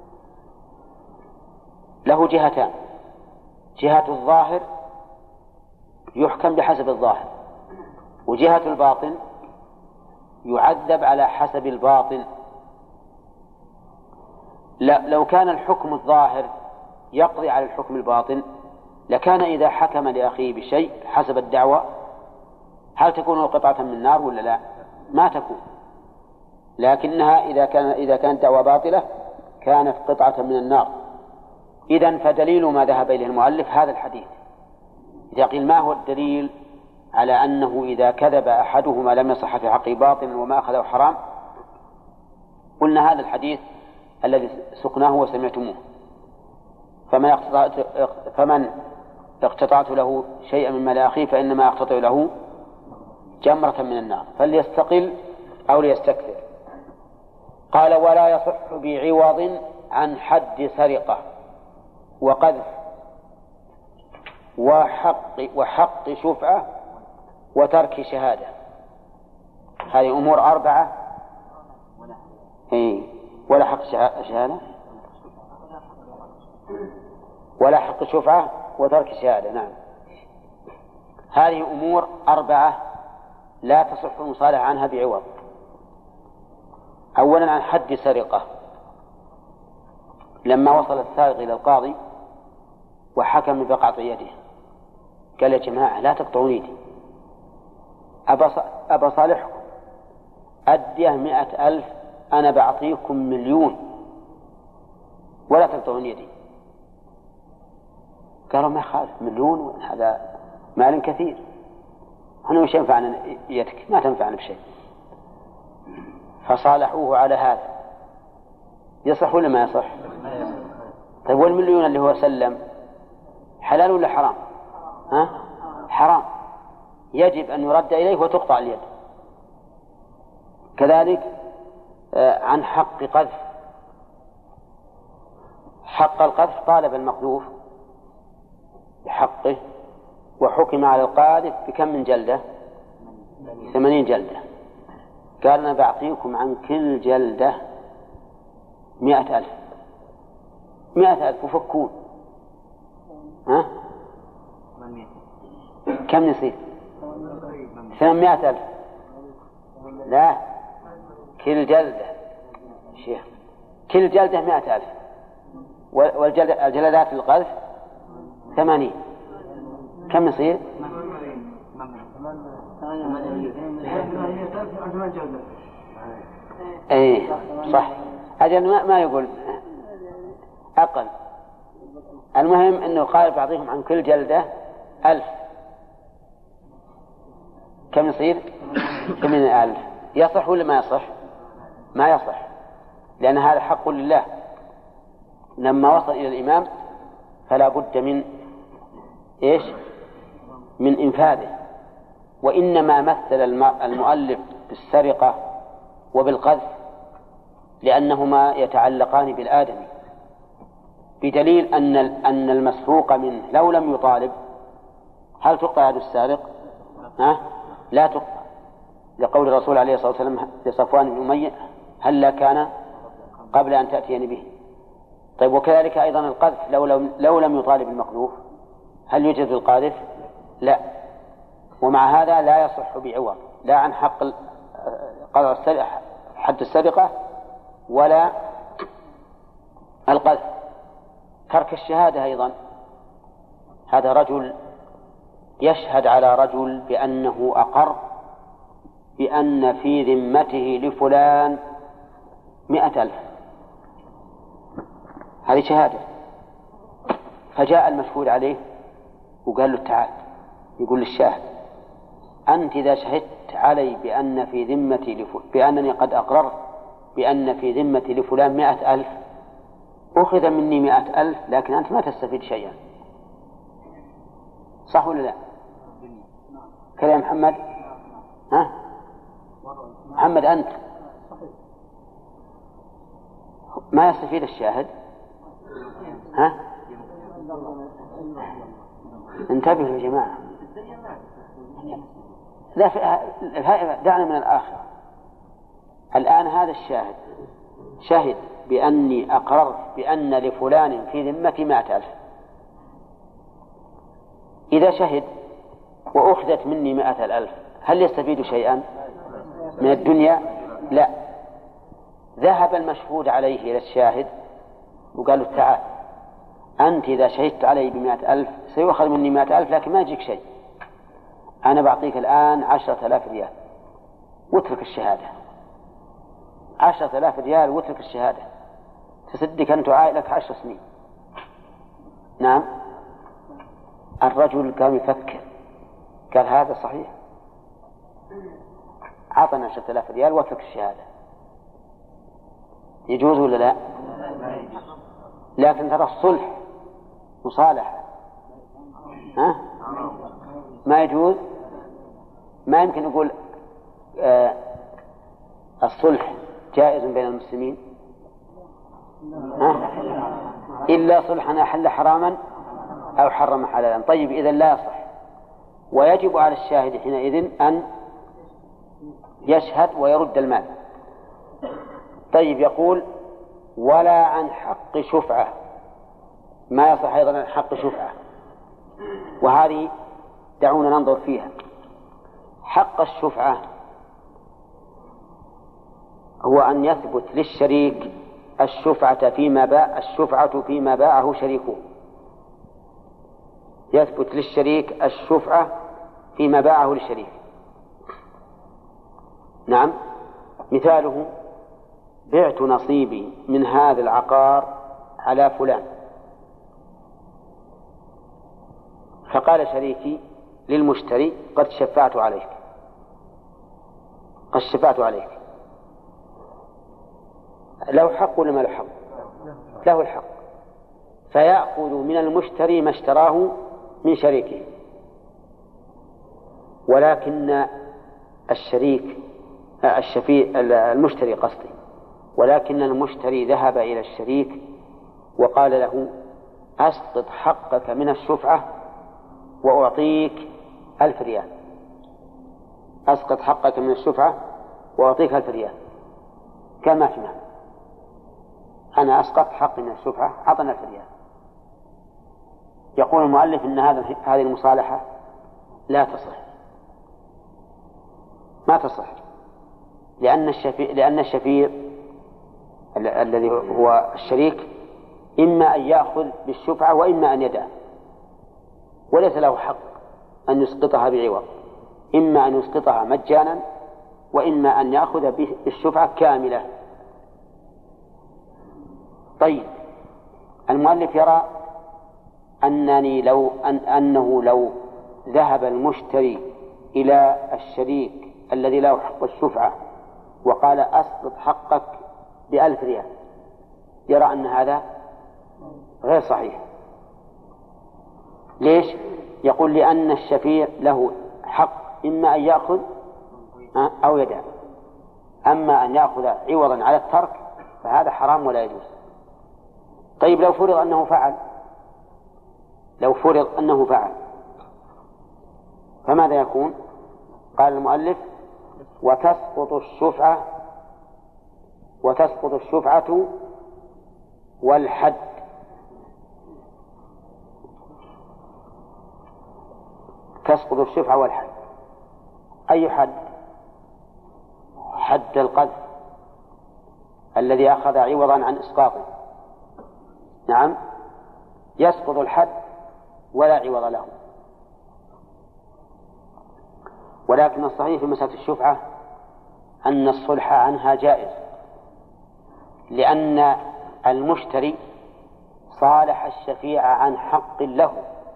له جهتان: جهة الظاهر يحكم بحسب الظاهر، وجهة الباطن يعذب على حسب الباطن. لو كان الحكم الظاهر يقضي على الحكم الباطن لكان إذا حكم لأخيه بشيء حسب الدعوة هل تكون قطعة من النار ولا لا؟ ما تكون، لكنها إذا كان إذا كانت دعوة باطلة كانت قطعة من النار. إذن فدليل ما ذهب إليه المؤلف هذا الحديث. إذا قيل ما هو الدليل على أنه إذا كذب أحدهما لم يصح في حقه باطل وما أخذه حرام؟ قلنا هذا الحديث الذي سقناه وسمعتموه: فمن اقتطعت, فمن اقتطعت له شيئا من مال أخيه فإنما أقتطع له جمرة من النار فليستقل أو ليستكثر. قال: ولا يصح بعوض عن حد سرقة وقذف وحق, وحق شفعة وترك شهادة. هذه أمور أربعة. إيه. ولا حق شهادة ولا حق شفعة وترك شهادة. نعم، هذه أمور أربعة لا تصح المصالحة عنها بعوض. أولا عن حد سرقة. لما وصل السارق إلى القاضي وحكم بقطع يده قال: يا جماعة لا تقطعون يدي، أبا صالحكم أديه مئة ألف، أنا بعطيكم مليون ولا تقطعون يدي. قالوا: ما خالف، مليون هذا مال كثير، أنا وش ينفعنا يدك؟ ما تنفعنا بشيء. فصالحوه على هذا. يصح ولا ما يصح؟ طيب والمليون اللي هو سلم حلال ولا حرام؟ ها؟ حرام، يجب أن يرد إليه وتقطع اليد. كذلك عن حق قذف. حق القذف طالب المقذوف بحقه وحكم على القاذف بكم من جلدة؟ ثمانين جلدة. قال: أنا بعطيكم عن كل جلدة مئة ألف. مئة ألف وفكون. ها؟ كم يصير؟ ثمانمائة ألف. لا، كل جلدة شيخ كل جلدة مئة ألف، والجلدات القذف ثمانين. كم يصير؟ ايه صح. أجل ما, ما يقول أقل. المهم أنه قال بعضهم عن كل جلدة ألف. كم يصير؟ ثمانين ألف. يصح ولا ما يصح؟ ما يصح، لأن هذا حق لله. لما وصل إلى الإمام فلا بد من إيش؟ من إنفاذه. وإنما مثل المؤلف بالسرقة وبالقذف لأنهما يتعلقان بالآدمي، بدليل أن أن المسروق منه لو لم يطالب هل تقطع يد السارق؟ ها؟ لا تقطع، لقول الرسول عليه الصلاة والسلام لصفوان بن أمية: هل كان قبل أن تأتيني به. طيب وكذلك أيضا القذف لو لم, لو لم يطالب المقذوف هل يوجد القاذف؟ لا. ومع هذا لا يصح بعوض، لا عن حق قطع حد السرقة ولا القذف. ترك الشهادة أيضا. هذا رجل يشهد على رجل بأنه أقر بأن في ذمته لفلان مئة ألف، هذه شهادة. فجاء المشهود عليه وقال له: تعال. يقول للشاهد: أنت إذا شهدت علي بأن في ذمتي لفلان بأنني قد أقررت بأن في ذمتي لفلان مئة ألف، أخذ مني مئة ألف لكن أنت ما تستفيد شيئا. صح ولا لا؟ كلام محمد؟ ها؟ محمد أنت ما يستفيد الشاهد؟ ها؟ انتبهوا يا جماعة، لا دعنا من الآخرة. الآن هذا الشاهد شهد بأني أقررت بأن لفلان في ذمتي مائة ألف. إذا شهد وأخذت مني مائة الألف هل يستفيد شيئا من الدنيا؟ لا. ذهب المشهود عليه إلى الشاهد وقالوا تعال أنت إذا شهدت علي بمائة ألف سيؤخذ مني مائة ألف لكن ما يجيك شيء، أنا بعطيك الآن عشرة آلاف ريال واترك الشهادة. عشرة آلاف ريال واترك الشهادة تصدق أن تعايلك عشر سنين. نعم. الرجل قام يفكر قال هذا صحيح، عطنا عشرة آلاف ريال واترك الشهادة، يجوز ولا لا؟ لكن ترى الصلح مصالحة، ها؟ ما يجوز. ما يمكن نقول آه الصلح جائز بين المسلمين، ها؟ إلا صلحا أحل حراما أو حرم حلالا. طيب إذن لا يصح، ويجب على الشاهد حينئذ أن يشهد ويرد المال. طيب يقول ولا عن حق شفعة، ما يصح أيضا عن حق شفعة، وهذه دعونا ننظر فيها. حق الشفعة هو أن يثبت للشريك الشفعة فيما باع الشفعة فيما باعه شريكه، يثبت للشريك الشفعة فيما باعه للشريك. نعم. مثاله بعت نصيبي من هذا العقار على فلان، فقال شريكي للمشتري قد شفعت عليك، قد شفعت عليك. له حق ولا ما له حق؟ له الحق، فيأخذ من المشتري ما اشتراه من شريكه. ولكن الشريك الشفيع المشتري قصدي ولكن المشتري ذهب إلى الشريك وقال له أسقط حقك من الشفعة وأعطيك ألف ريال، أسقط حقك من الشفعة وأعطيك ألف ريال. كان ما في معنى، أنا أسقط حقي من الشفعة أعطنا ألف ريال. يقول المؤلف إن هذا هذه المصالحة لا تصح، ما تصح، لأن الشفيع لأن الشفيع الذي هو الشريك إما أن يأخذ بالشفعة وإما أن يدع، وليس له حق أن يسقطها بعوض، إما أن يسقطها مجانا وإما أن يأخذ بالشفعة كاملة. طيب المؤلف يرى أنني لو أن أنه لو ذهب المشتري إلى الشريك الذي له حق الشفعة وقال أسقط حقك بألف ريال، يرى أن هذا غير صحيح. ليش؟ يقول لأن الشفيع له حق إما أن يأخذ أو يدع، أما أن يأخذ عوضا على الترك فهذا حرام ولا يجوز. طيب لو فرض أنه فعل لو فرض أنه فعل فماذا يكون؟ قال المؤلف وتسقط الشفعة وتسقط الشفعة والحد. تسقط الشفعة والحد. أي حد؟ حد القذف الذي أخذ عوضا عن إسقاطه. نعم، يسقط الحد ولا عوض له. ولكن الصحيح في مسألة الشفعة أن الصلح عنها جائز، لأن المشتري صالح الشفيع عن حق له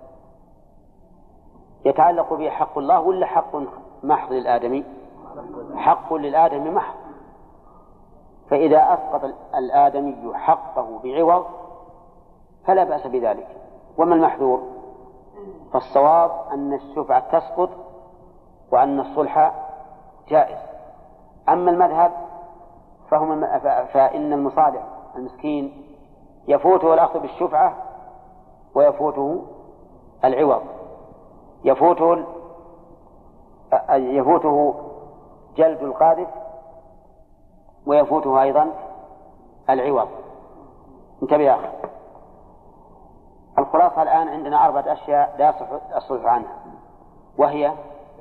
يتعلق به حق الله ولا حق محض للآدمي؟ حق للآدمي محض. فإذا أسقط الآدمي حقه بعوض فلا بأس بذلك. وما المحذور؟ فالصواب أن الشفعة تسقط وأن الصلح جائز. أما المذهب فهم فإن المصالح المسكين يفوته الأخذ بالشفعة ويفوته العوض، يفوته يفوته جلد القاذف ويفوته أيضا العوض. انتبه يا أخي. الخلاصة الآن عندنا أربعة أشياء لا يصح الصلح عنها، وهي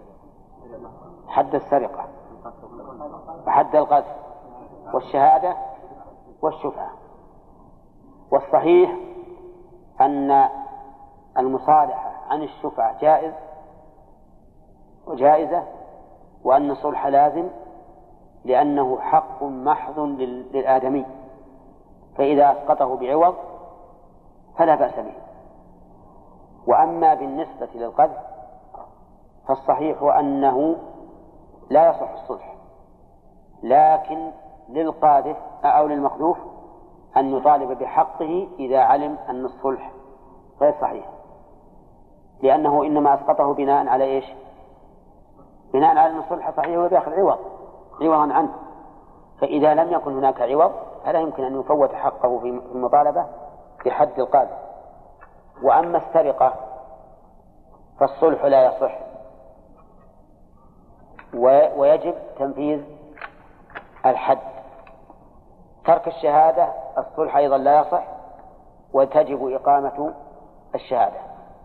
حد السرقة وحد القذف والشهادة والشفعة. والصحيح أن المصالحة عن الشفعة جائز وجائزة، وأن الصلح لازم، لأنه حق محض للآدمي، فإذا أسقطه بعوض فلا بأس به. وأما بالنسبة للقذف فالصحيح أنه لا يصح الصلح، لكن للقاذف أو للمقذوف أن يطالب بحقه إذا علم أن الصلح غير صحيح، لأنه إنما أسقطه بناء على إيش؟ بناء على أن الصلح صحيح وبيأخذ عوض عوضا عنه. فإذا لم يكن هناك عوض فلا يمكن أن يفوت حقه في المطالبة بحد القاذف. وأما السرقة فالصلح لا يصح ويجب تنفيذ الحد. ترك الشهادة الصلح أيضا لا يصح وتجب إقامة الشهادة.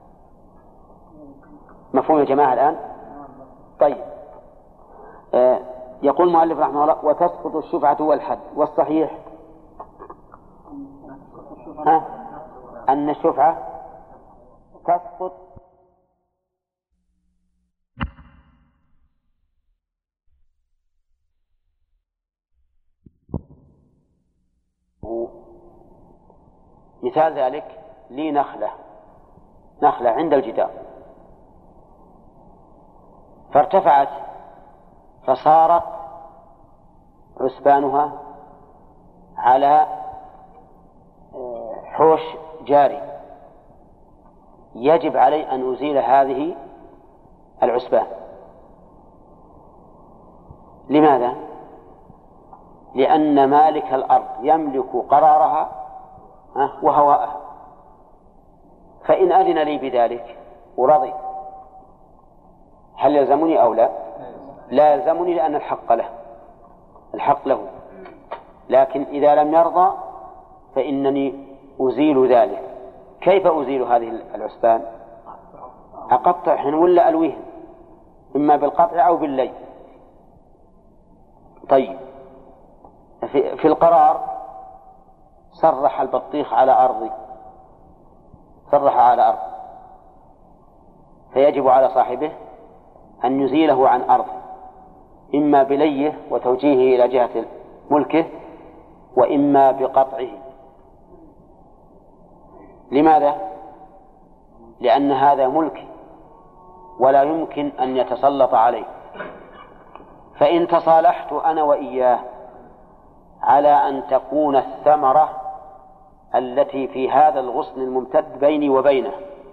مفهوم يا جماعة الآن؟ طيب. آه يقول المؤلف رحمه الله: وتسقط الشفعة والحد. والصحيح ها أن الشفعة تسقط مثال ذلك لي نخلة نخلة عند الجدار فارتفعت فصارت عسبانها على حوش جاري، يجب علي أن أزيل هذه العسبان. لماذا؟ لأن مالك الأرض يملك قرارها وهواءها، فإن أذن لي بذلك ورضي هل يلزمني أو لا؟ لا يلزمني، لأن الحق له الحق له لكن إذا لم يرضى فإنني أزيل ذلك. كيف أزيل هذه العسبان؟ أقطعهن ولا ألويهن، إما بالقطع أو باللي. طيب، في, في القرار سرح البطيخ على أرضي سرح على أرض، فيجب على صاحبه أن يزيله عن أرضه، إما بليه وتوجيهه إلى جهة ملكه، وإما بقطعه. لماذا؟ لأن هذا ملك ولا يمكن أن يتسلط عليه. فإن تصالحت أنا وإياه على أن تكون الثمرة التي في هذا الغصن الممتد بيني وبينه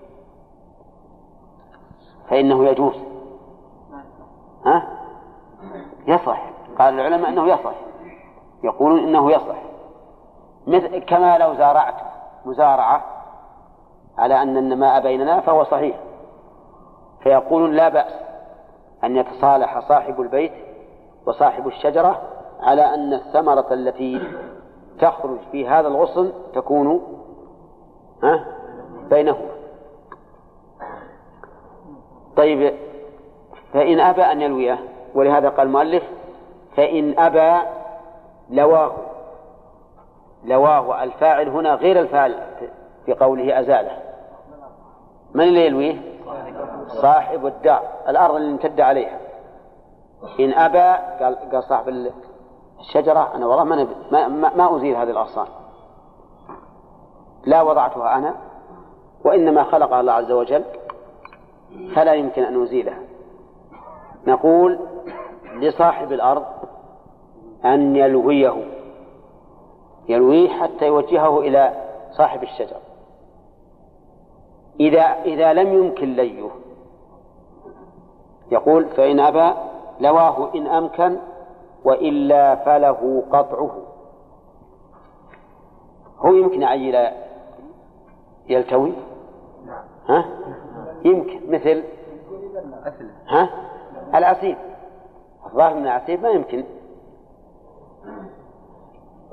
فإنه يجوز. ها؟ يصح. قال العلماء أنه يصح، يقولون إنه يصح، مثل كما لو زارعت مزارعة على أن النماء بيننا فهو صحيح، فيقولون لا بأس أن يتصالح صاحب البيت وصاحب الشجرة على أن الثمرة التي تخرج في هذا الغصن تكون ها بينهما. طيب، فإن أبى أن يلويه، ولهذا قال المؤلف: فإن أبى لواه. لواه الفاعل هنا غير الفاعل في قوله أزاله. من اللي يلويه؟ صاحب الدار، الأرض اللي امتد عليها. إن أبى قال, قال صاحب الشجرة: أنا والله ما, ما, ما أزيل هذه الأغصان، لا وضعتها أنا وإنما خلقها الله عز وجل فلا يمكن أن أزيلها. نقول لصاحب الأرض أن يلويه يلويه حتى يوجهه إلى صاحب الشجر. إذا, إذا لم يمكن ليه يقول: فإن أبى لواه إن أمكن، وإلا فله قطعه. هو يمكن عيل يلتوي؟ ها؟ يمكن، مثل ها؟ العصيب. الظاهر من العصيب ما يمكن،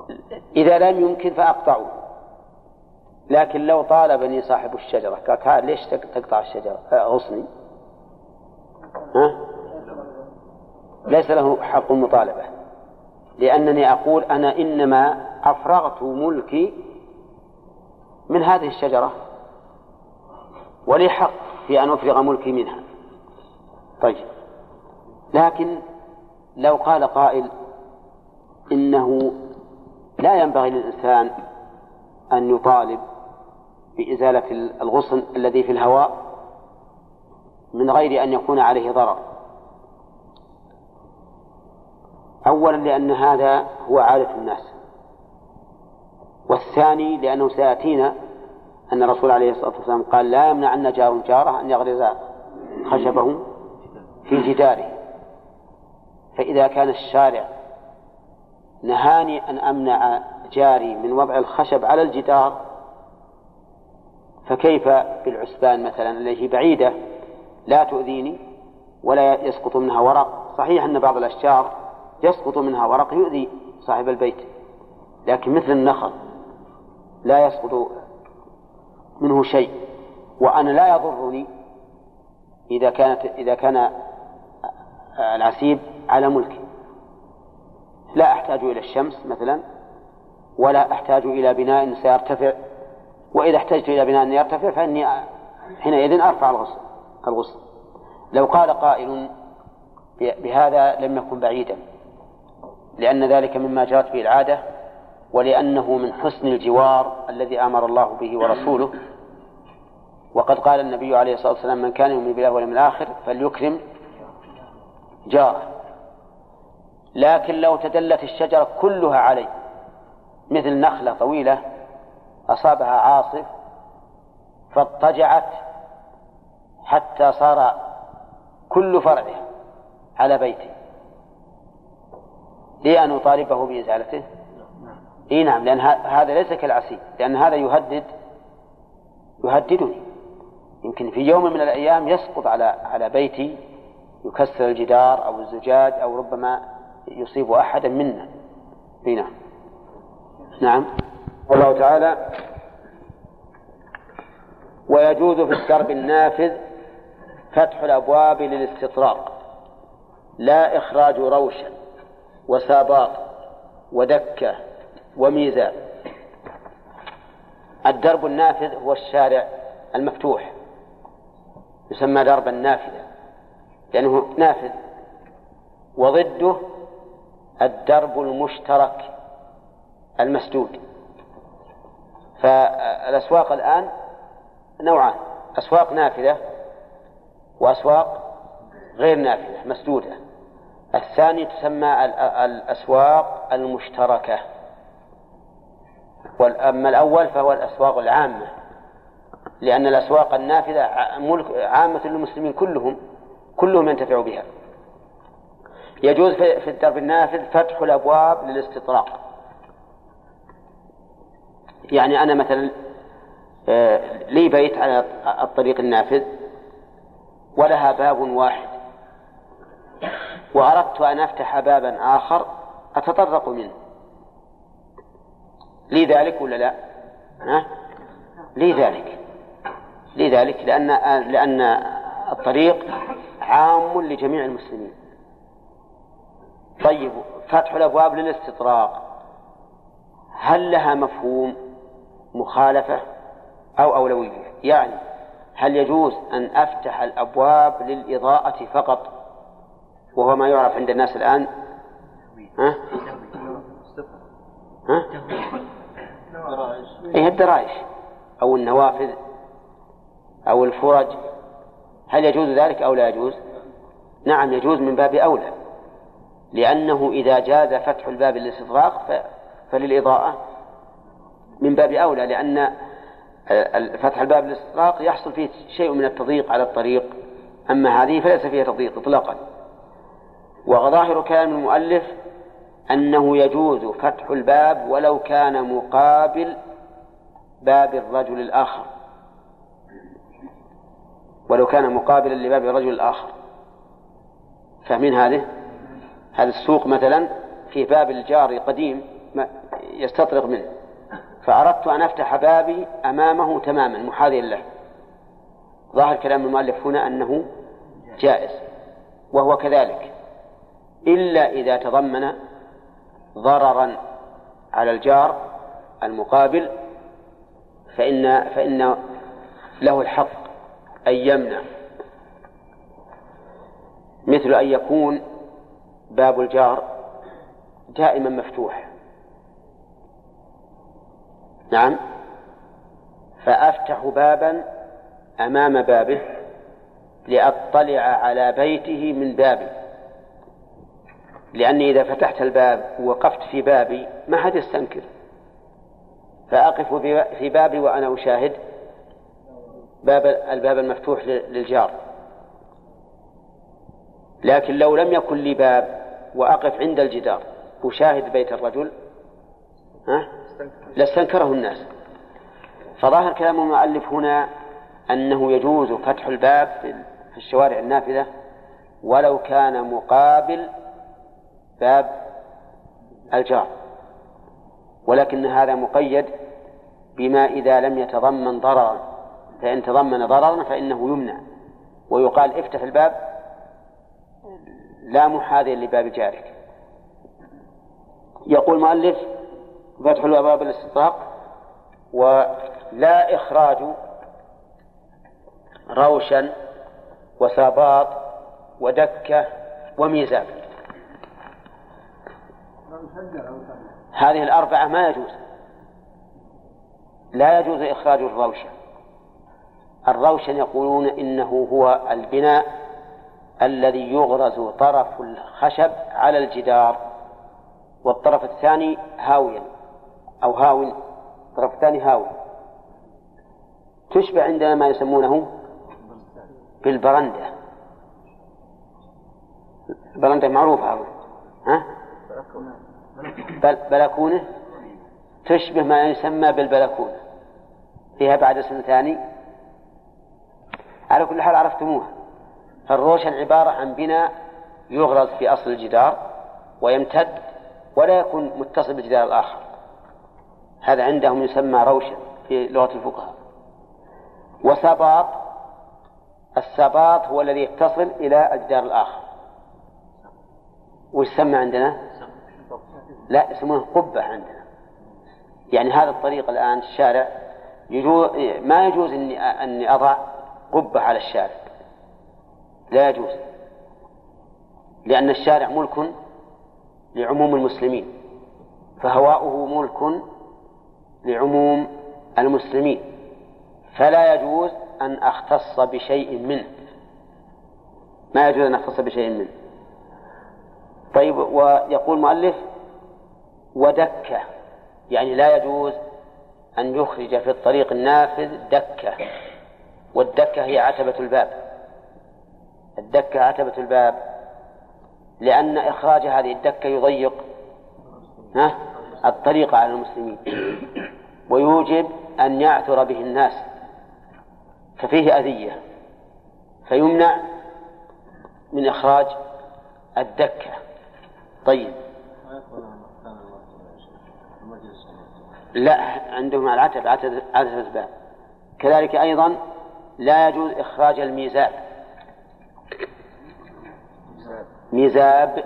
إذا لم يمكن فأقطعوا. لكن لو طالبني صاحب الشجرة قال تعال ليش تقطع الشجرة غصني، ها؟ ليس له حق المطالبة، لأنني أقول أنا إنما أفرغت ملكي من هذه الشجرة ولي حق في أن أفرغ ملكي منها. طيب، لكن لو قال قائل إنه لا ينبغي للإنسان أن يطالب بإزالة الغصن الذي في الهواء من غير أن يكون عليه ضرر. أولا لأن هذا هو عادة الناس، والثاني لأنه سيأتينا أن الرسول عليه الصلاة والسلام قال لا يمنعن جار جاره أن يغرز خشبه في جداره. فإذا كان الشارع نهاني أن أمنع جاري من وضع الخشب على الجدار، فكيف بالعسبان مثلا التي بعيدة لا تؤذيني ولا يسقط منها ورق؟ صحيح أن بعض الأشجار يسقط منها ورق يؤذي صاحب البيت، لكن مثل النخل لا يسقط منه شيء وأنا لا يضرني إذا كانت إذا كان العسيب على ملكي. لا أحتاج إلى الشمس مثلا، ولا أحتاج إلى بناء سيرتفع، وإذا احتجت إلى بناء يرتفع فإني حينئذ أرفع الغصن الغصن. لو قال قائل بهذا لم يكن بعيدا، لأن ذلك مما جرت به العادة، ولأنه من حسن الجوار الذي أمر الله به ورسوله. وقد قال النبي عليه الصلاة والسلام من كان يؤمن بالله واليوم الآخر فليكرم جاره. لكن لو تدلت الشجرة كلها عليه مثل نخلة طويلة أصابها عاصف فاضطجعت حتى صار كل فرعها على بيته، ليه أن أطالبه بإزالته؟ إيه نعم، لأن هذا ليس كالعسيب، لأن هذا يهدد يهددني، يمكن في يوم من الأيام يسقط على على بيتي يكسر الجدار أو الزجاج أو ربما يصيب أحدا منا. هنا نعم. والله تعالى ويجوز في الدرب النافذ فتح الأبواب للاستطراق لا إخراج روشا وساباط ودكة وميزان. الدرب النافذ هو الشارع المفتوح يسمى دربا نافذا لأنه نافذ، وضده الدرب المشترك المسدود. فالأسواق الآن نوعان، أسواق نافذة وأسواق غير نافذة مسدودة. الثاني تسمى الأسواق المشتركة، وأما الأول فهو الأسواق العامة، لأن الأسواق النافذة ملك عامة للمسلمين كلهم كلهم ينتفعوا بها. يجوز في الدرب النافذ فتح الأبواب للاستطراق، يعني أنا مثلا لي بيت على الطريق النافذ ولها باب واحد وأردت أن أفتح بابا آخر أتطرق منه، لي ذلك ولا لا؟ ها؟ لي ذلك لي ذلك لأن لأن الطريق عام لجميع المسلمين. طيب، فتح الأبواب للاستطراق هل لها مفهوم مخالفة أو أولوية؟ يعني هل يجوز أن أفتح الأبواب للإضاءة فقط وهو ما يعرف عند الناس الآن ها؟ ها؟ إيه الدرايش أو النوافذ أو الفرج، هل يجوز ذلك أو لا يجوز؟ نعم يجوز من باب أولى، لأنه إذا جاز فتح الباب للاستطراق فللإضاءة من باب أولى، لأن فتح الباب للاستطراق يحصل فيه شيء من التضييق على الطريق، أما هذه فليس فيها تضييق إطلاقا. وظاهر كلام المؤلف أنه يجوز فتح الباب ولو كان مقابل باب الرجل الآخر، ولو كان مقابلا لباب الرجل الآخر. فمن هذه هذا السوق مثلا في باب الجار قديم يستطرق منه، فأردت أن أفتح بابي أمامه تماما محاذيا له. ظاهر كلام المؤلف هنا أنه جائز، وهو كذلك إلا إذا تضمن ضررا على الجار المقابل، فإن, فإن له الحق أن يمنع، مثل أن يكون باب الجار دائما مفتوح، نعم، فأفتح بابا أمام بابه لأطلع على بيته من بابي، لأني إذا فتحت الباب ووقفت في بابي ما حد يستنكر، فأقف في بابي وأنا أشاهد باب الباب المفتوح للجار. لكن لو لم يكن لي باب وأقف عند الجدار أشاهد بيت الرجل ها لاستنكره الناس. فظاهر كلام المؤلف هنا أنه يجوز فتح الباب في الشوارع النافذة ولو كان مقابل باب الجار، ولكن هذا مقيد بما إذا لم يتضمن ضررا، فإن تضمن ضررا فإنه يمنع، ويقال افتح الباب لا محاذيا لباب جارك. يقول المؤلف فتح الأبواب الاستطراق ولا إخراج روشا وساباط ودكة وميزاب. هذه الأربعة ما يجوز، لا يجوز إخراج الروشن. الروشن يقولون إنه هو البناء الذي يغرز طرف الخشب على الجدار والطرف الثاني هاويا أو هاوي، الطرف الثاني هاوي، تشبه عندنا ما يسمونه بالبرندة. البرندة معروفة هاوي. ها؟ بل بلكونة تشبه ما يسمى بالبلكونة، فيها بعد اسم ثاني. على كل حال عرفتموها. فالروشن عبارة عن بناء يغرز في أصل الجدار ويمتد ولا يكون متصل بالجدار الآخر، هذا عندهم يسمى روشن في لغة الفقهاء. وسباط، السباط هو الذي يتصل إلى الجدار الآخر، ويسمى عندنا لا يسمونه قبة عندنا. يعني هذا الطريق الآن الشارع يجوز ما يجوز أني, أني أضع قبة على الشارع، لا يجوز، لأن الشارع ملك لعموم المسلمين، فهواؤه ملك لعموم المسلمين، فلا يجوز أن أختص بشيء منه، ما يجوز أن أختص بشيء منه. طيب، ويقول المؤلف ودكة، يعني لا يجوز أن يخرج في الطريق النافذ دكة، والدكة هي عتبة الباب، الدكة عتبة الباب، لأن إخراج هذه الدكة يضيق ها الطريق على المسلمين ويوجب أن يعثر به الناس، ففيه أذية، فيمنع من إخراج الدكة. طيب، لا، عندهم العتب عتبة الباب. كذلك أيضا لا يجوز إخراج الميزاب. ميزاب،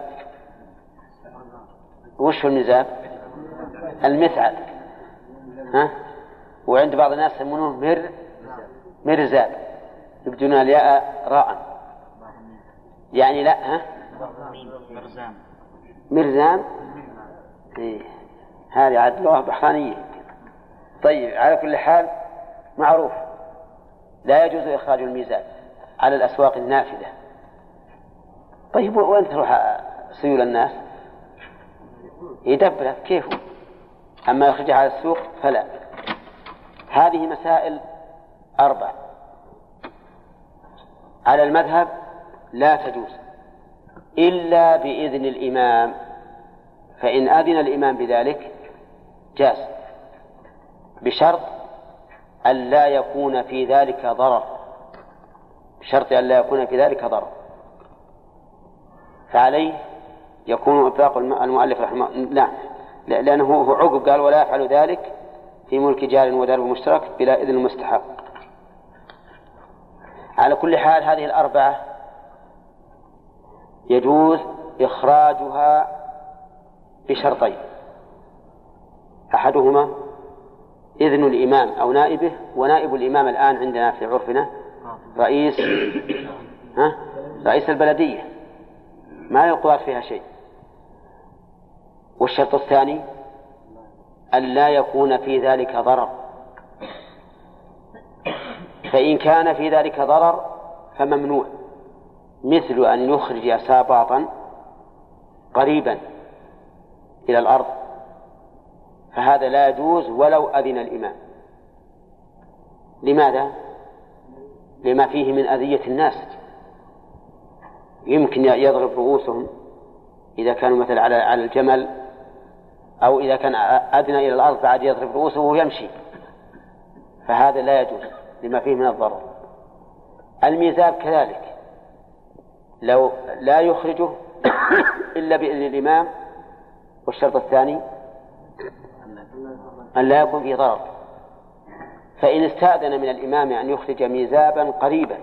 وش هو الميزاب؟ المثعد، ها؟ وعند بعض الناس يسمونه مر مرزاب، يبدون الياء راء، يعني لا، ها؟ مرزام مرزام، إيه. هذه عاد لغة بحرانية. طيب، على كل حال معروف لا يجوز إخراج الميزاب على الأسواق النافذة. طيب، وين تروح سيول الناس؟ يدبر كيفه، أما يخرجها على السوق فلا. هذه مسائل أربع. على المذهب لا تجوز إلا بإذن الإمام، فإن أذن الإمام بذلك جاز، بشرط أن لا يكون في ذلك ضرر، بشرط أن لا يكون في ذلك ضرر، فعليه يكون إطلاق المؤلف رحمه الله. نعم، لأنه هو عقب قال ولا يفعل ذلك في ملك جار ودار مشترك بلا إذن المستحق. على كل حال هذه الأربعة يجوز إخراجها بشرطين: أحدهما إذن الإمام أو نائبه، ونائب الإمام الآن عندنا في عرفنا رئيس ها؟ رئيس البلدية، ما يقال فيها شيء. والشرط الثاني أن لا يكون في ذلك ضرر، فإن كان في ذلك ضرر فممنوع، مثل أن يخرج ساباطا قريبا إلى الأرض، فهذا لا يجوز ولو أذن الإمام. لماذا؟ لما فيه من أذية الناس، يمكن يضرب رؤوسهم إذا كانوا مثل على على الجمل، أو إذا كان أدنى إلى الأرض بعد يضرب رؤوسه ويمشي، فهذا لا يجوز لما فيه من الضرر. الميزاب كذلك لو لا يخرجه إلا بإذن الإمام. والشرط الثاني أن لا يكون فيه ضرر، فإن استأذن من الإمام أن يخرج ميزابا قريبا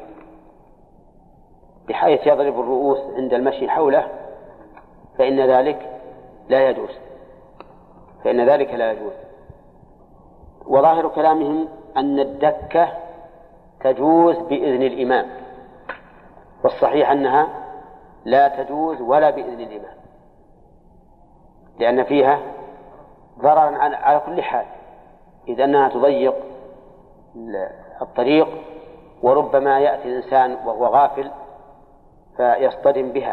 بحيث يضرب الرؤوس عند المشي حوله فإن ذلك لا يجوز، فإن ذلك لا يجوز. وظاهر كلامهم أن الدكة تجوز بإذن الإمام، والصحيح أنها لا تجوز ولا بإذن الإمام، لأن فيها ضررا على كل حال، إذ أنها تضيق الطريق، وربما يأتي الإنسان وهو غافل فيصطدم بها.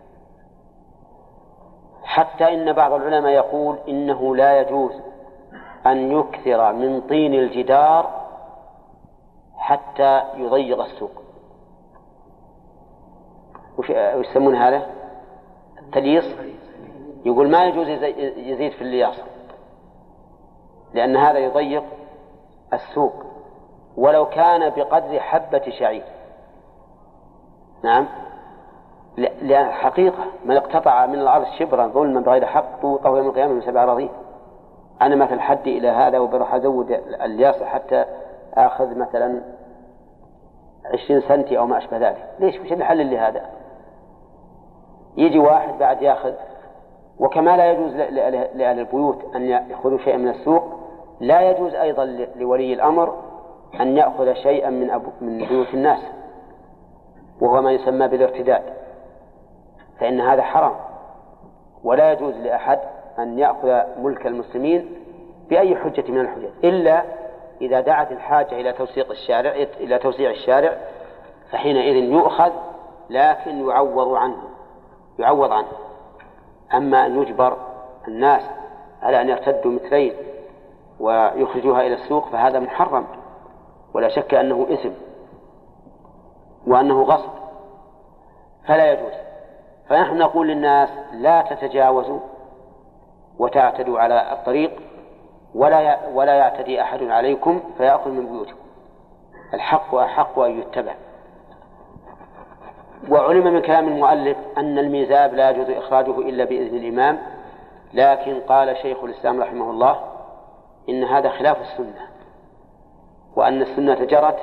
حتى إن بعض العلماء يقول إنه لا يجوز أن يكثر من طين الجدار حتى يضيق السوق. وش يسمون هذا؟ التليص. يقول ما يجوز يزيد في اللياصة، لأن هذا يضيق السوق ولو كان بقدر حبة شعير. نعم، لأن حقيقة من اقتطع من الأرض شبرا ظلما بغير حق طوقه يوم القيامة من سبع أراضين. أنا مثل حدي إلى هذا وبروح أزود اللياصة حتى آخذ مثلا عشرين سنتي أو ما أشبه ذلك. ليش؟ وش الحل لهذا؟ يجي واحد بعد يأخذ. وكما لا يجوز لأهل البيوت أن يأخذوا شيئا من السوق، لا يجوز أيضا لولي الأمر أن يأخذ شيئا من, أبو من بيوت الناس، وهو ما يسمى بالارتداد، فإن هذا حرام. ولا يجوز لأحد أن يأخذ ملك المسلمين بأي حجة من الحجج، إلا إذا دعت الحاجة إلى توسيع الشارع إلى توسيع الشارع فحينئذ يؤخذ، لكن يعوض عنه يعوض عنه. أما أن يجبر الناس على أن يرتدوا مثلين ويخرجوها إلى السوق فهذا محرم، ولا شك أنه إثم وأنه غصب، فلا يجوز. فنحن نقول للناس لا تتجاوزوا وتعتدوا على الطريق، ولا ولا يعتدي أحد عليكم فيأخذ من بيوتكم. الحق أحق أن يتبع. وعلم من كلام المؤلف أن الميزاب لا يجوز إخراجه إلا بإذن الإمام، لكن قال شيخ الإسلام رحمه الله إن هذا خلاف السنة، وأن السنة جرت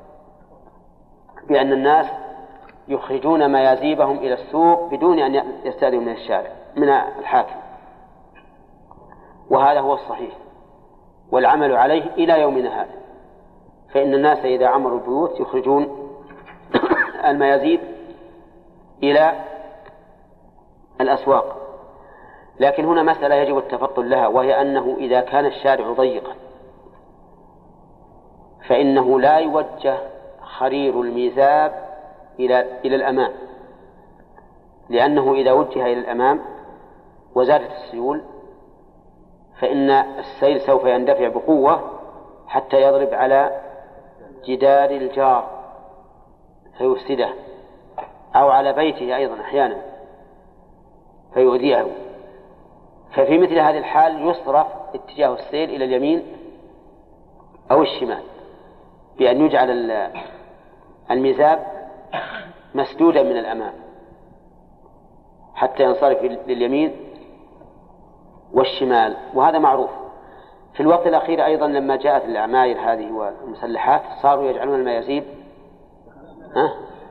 بأن الناس يخرجون ميازيبهم إلى السوق بدون أن يستأذنوا من الشارع من الحاكم، وهذا هو الصحيح والعمل عليه إلى يومنا هذا. فإن الناس إذا عمروا البيوت يخرجون الميازيب إلى الأسواق. لكن هنا مسألة يجب التفطن لها، وهي أنه إذا كان الشارع ضيقا فإنه لا يوجه خرير الميزاب إلى إلى الأمام، لأنه إذا وجه إلى الأمام وزادت السيول فإن السيل سوف يندفع بقوة حتى يضرب على جدار الجار فيفسده، أو على بيته أيضا أحيانا فيؤذيه. ففي مثل هذه الحال يصرف اتجاه السيل إلى اليمين أو الشمال بأن يجعل الميزاب مسدودا من الأمام حتى ينصرف لليمين والشمال، وهذا معروف. في الوقت الأخير أيضا لما جاءت العماير هذه والمسلحات صاروا يجعلون الميازيب ها؟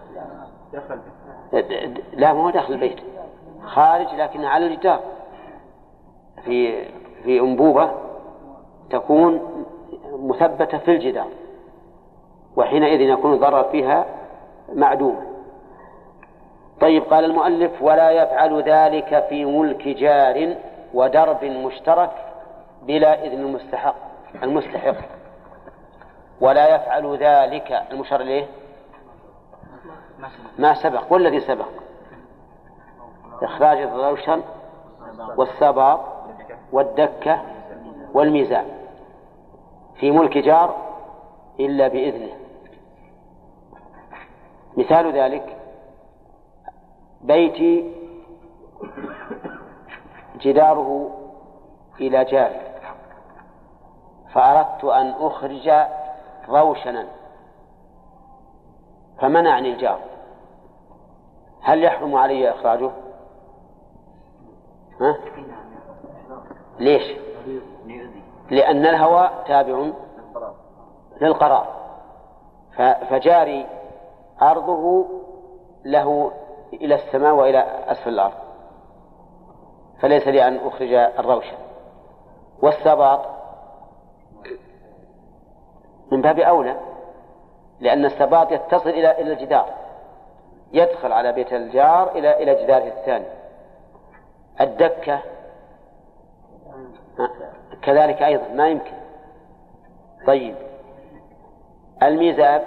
لا مو داخل البيت، خارج لكن على الجدار، في في أنبوبة تكون مثبتة في الجدار، وحينئذ يكون الضرر فيها معدوم. طيب، قال المؤلف: ولا يفعل ذلك في ملك جار ودرب مشترك بلا إذن المستحق المستحق ولا يفعل ذلك المشار إليه ما سبق والذي سبق، إخراج الروشن والسباط والدكة والميزان في ملك جار إلا بإذنه. مثال ذلك: بيتي جداره إلى جاري، فأردت أن أخرج روشنا فمنعني الجار، هل يحرم علي إخراجه؟ ها؟ ليش؟ لأن الهواء تابع للقرار، فجاري أرضه له إلى السماء وإلى أسفل الأرض، فليس لي أن أخرج الروشن. والسباط من باب أولى، لأن السباط يتصل إلى إلى الجدار، يدخل على بيت الجار إلى إلى جداره الثاني. الدكة كذلك أيضا ما يمكن. طيب، الميزاب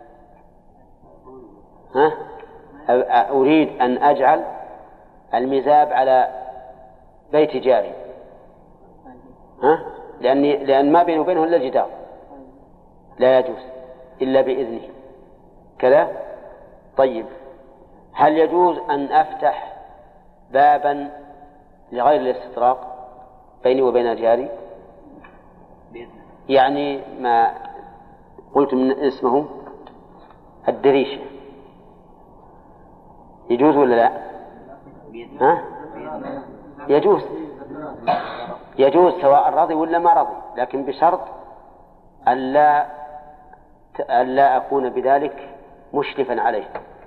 ها؟ أريد أن أجعل الميزاب على بيت جاري، ها؟ لأني لأن ما بينه وبينه إلا الجدار، لا يجوز إلا بإذنه كذا. طيب، هل يجوز أن أفتح بابا لغير الاستطراق بيني وبين جاري؟ يعني ما قلت من اسمه الدريشة، يجوز ولا لا؟ ها؟ يجوز يجوز سواء رضي ولا ما رضي، لكن بشرط ألا ألا أكون بذلك مشرفا عليه،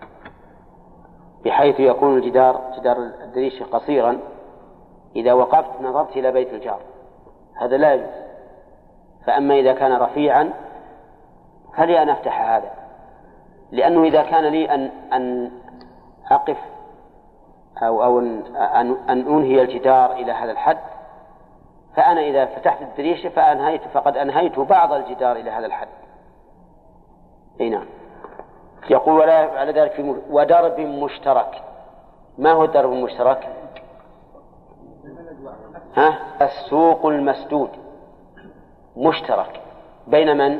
بحيث يكون الجدار جدار الدريشة قصيرا، إذا وقفت نظرت إلى بيت الجار، هذا لا يجوز. فأما إذا كان رفيعا فلي أن أفتح هذا، لأنه إذا كان لي أن أن أقف أو أو أن أن أنهي الجدار إلى هذا الحد، فأنا إذا فتحت الدريشة فأنهيت فقد أنهيت بعض الجدار إلى هذا الحد. أي نعم. يقول: ولا على ذلك في ودرب مشترك. ما هو الدرب المشترك؟ ها؟ السوق المسدود مشترك بين من؟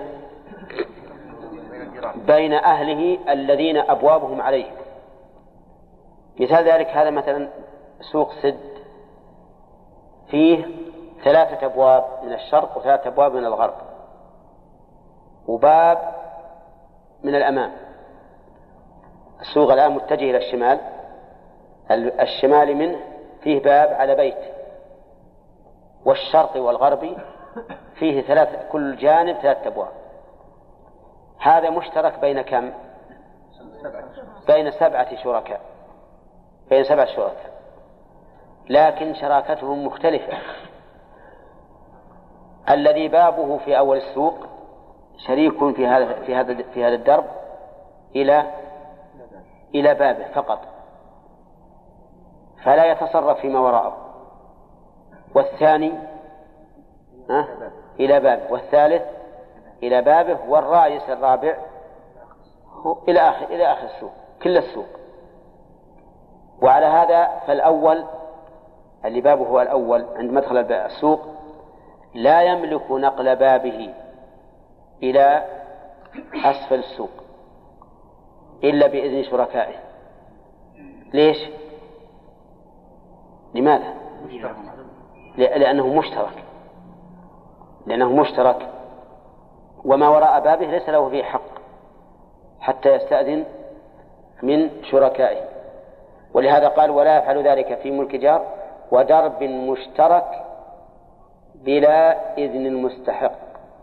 بين أهله الذين أبوابهم عليه. مثال ذلك هذا مثلا سوق سد فيه ثلاثة أبواب من الشرق وثلاثة أبواب من الغرب وباب من الأمام. السوق الآن متجه إلى الشمال، الشمال منه فيه باب على بيت، والشرق والغربي فيه ثلاثة، كل جانب ثلاثة أبواب. هذا مشترك بين كم؟ بين سبعة شركاء بين سبعة شركاء لكن شراكتهم مختلفة. الذي بابه في أول السوق شريك في هذا في هذا في هذا الدرب إلى إلى بابه فقط، فلا يتصرف فيما وراءه. والثاني ها إلى بابه، والثالث إلى بابه، والرئيس الرابع إلى آخر إلى آخر السوق، كل السوق. وعلى هذا فالأول اللي بابه هو الأول عند مدخل السوق لا يملك نقل بابه إلى أسفل السوق إلا بإذن شركائه. ليش؟ لماذا؟ لأنه مشترك لأنه مشترك وما وراء بابه ليس له فيه حق حتى يستأذن من شركائه. ولهذا قال: ولا يفعل ذلك في ملك جار ودرب مشترك بلا إذن المستحق.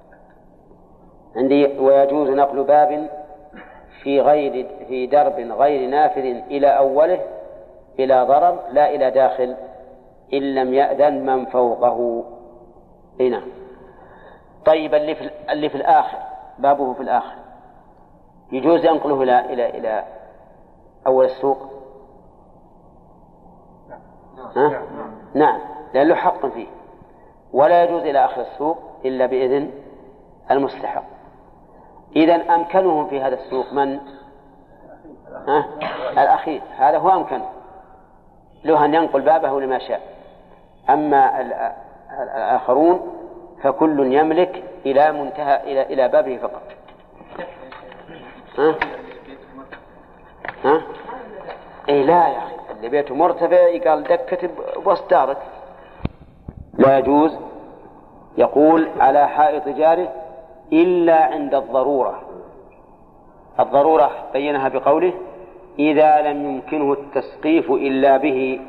عندي ويجوز نقل باب في غير في درب غير نافذ إلى أوله بلا ضرر لا إلى داخل إن لم يأذن من فوقه. هنا طيب اللي في, اللي في الآخر بابه في الآخر يجوز ينقله إلى إلى إلى أول السوق؟ ها؟ نعم لأنه حق فيه. ولا يجوز إلى آخر السوق إلا بإذن المستحق. إذن أمكنهم في هذا السوق من؟ ها؟ الأخير هذا هو أمكن له أن ينقل بابه لما شاء. أما الآخرون فكل يملك إلى منتهى إلى إلى بابه فقط. ها؟ ها؟ إيه لا يا أخي اللي بيته مرتفع قال دكة بوسط دارك. لا يجوز يقول على حائط جاره إلا عند الضرورة. الضرورة بينها بقوله إذا لم يمكنه التسقيف إلا به.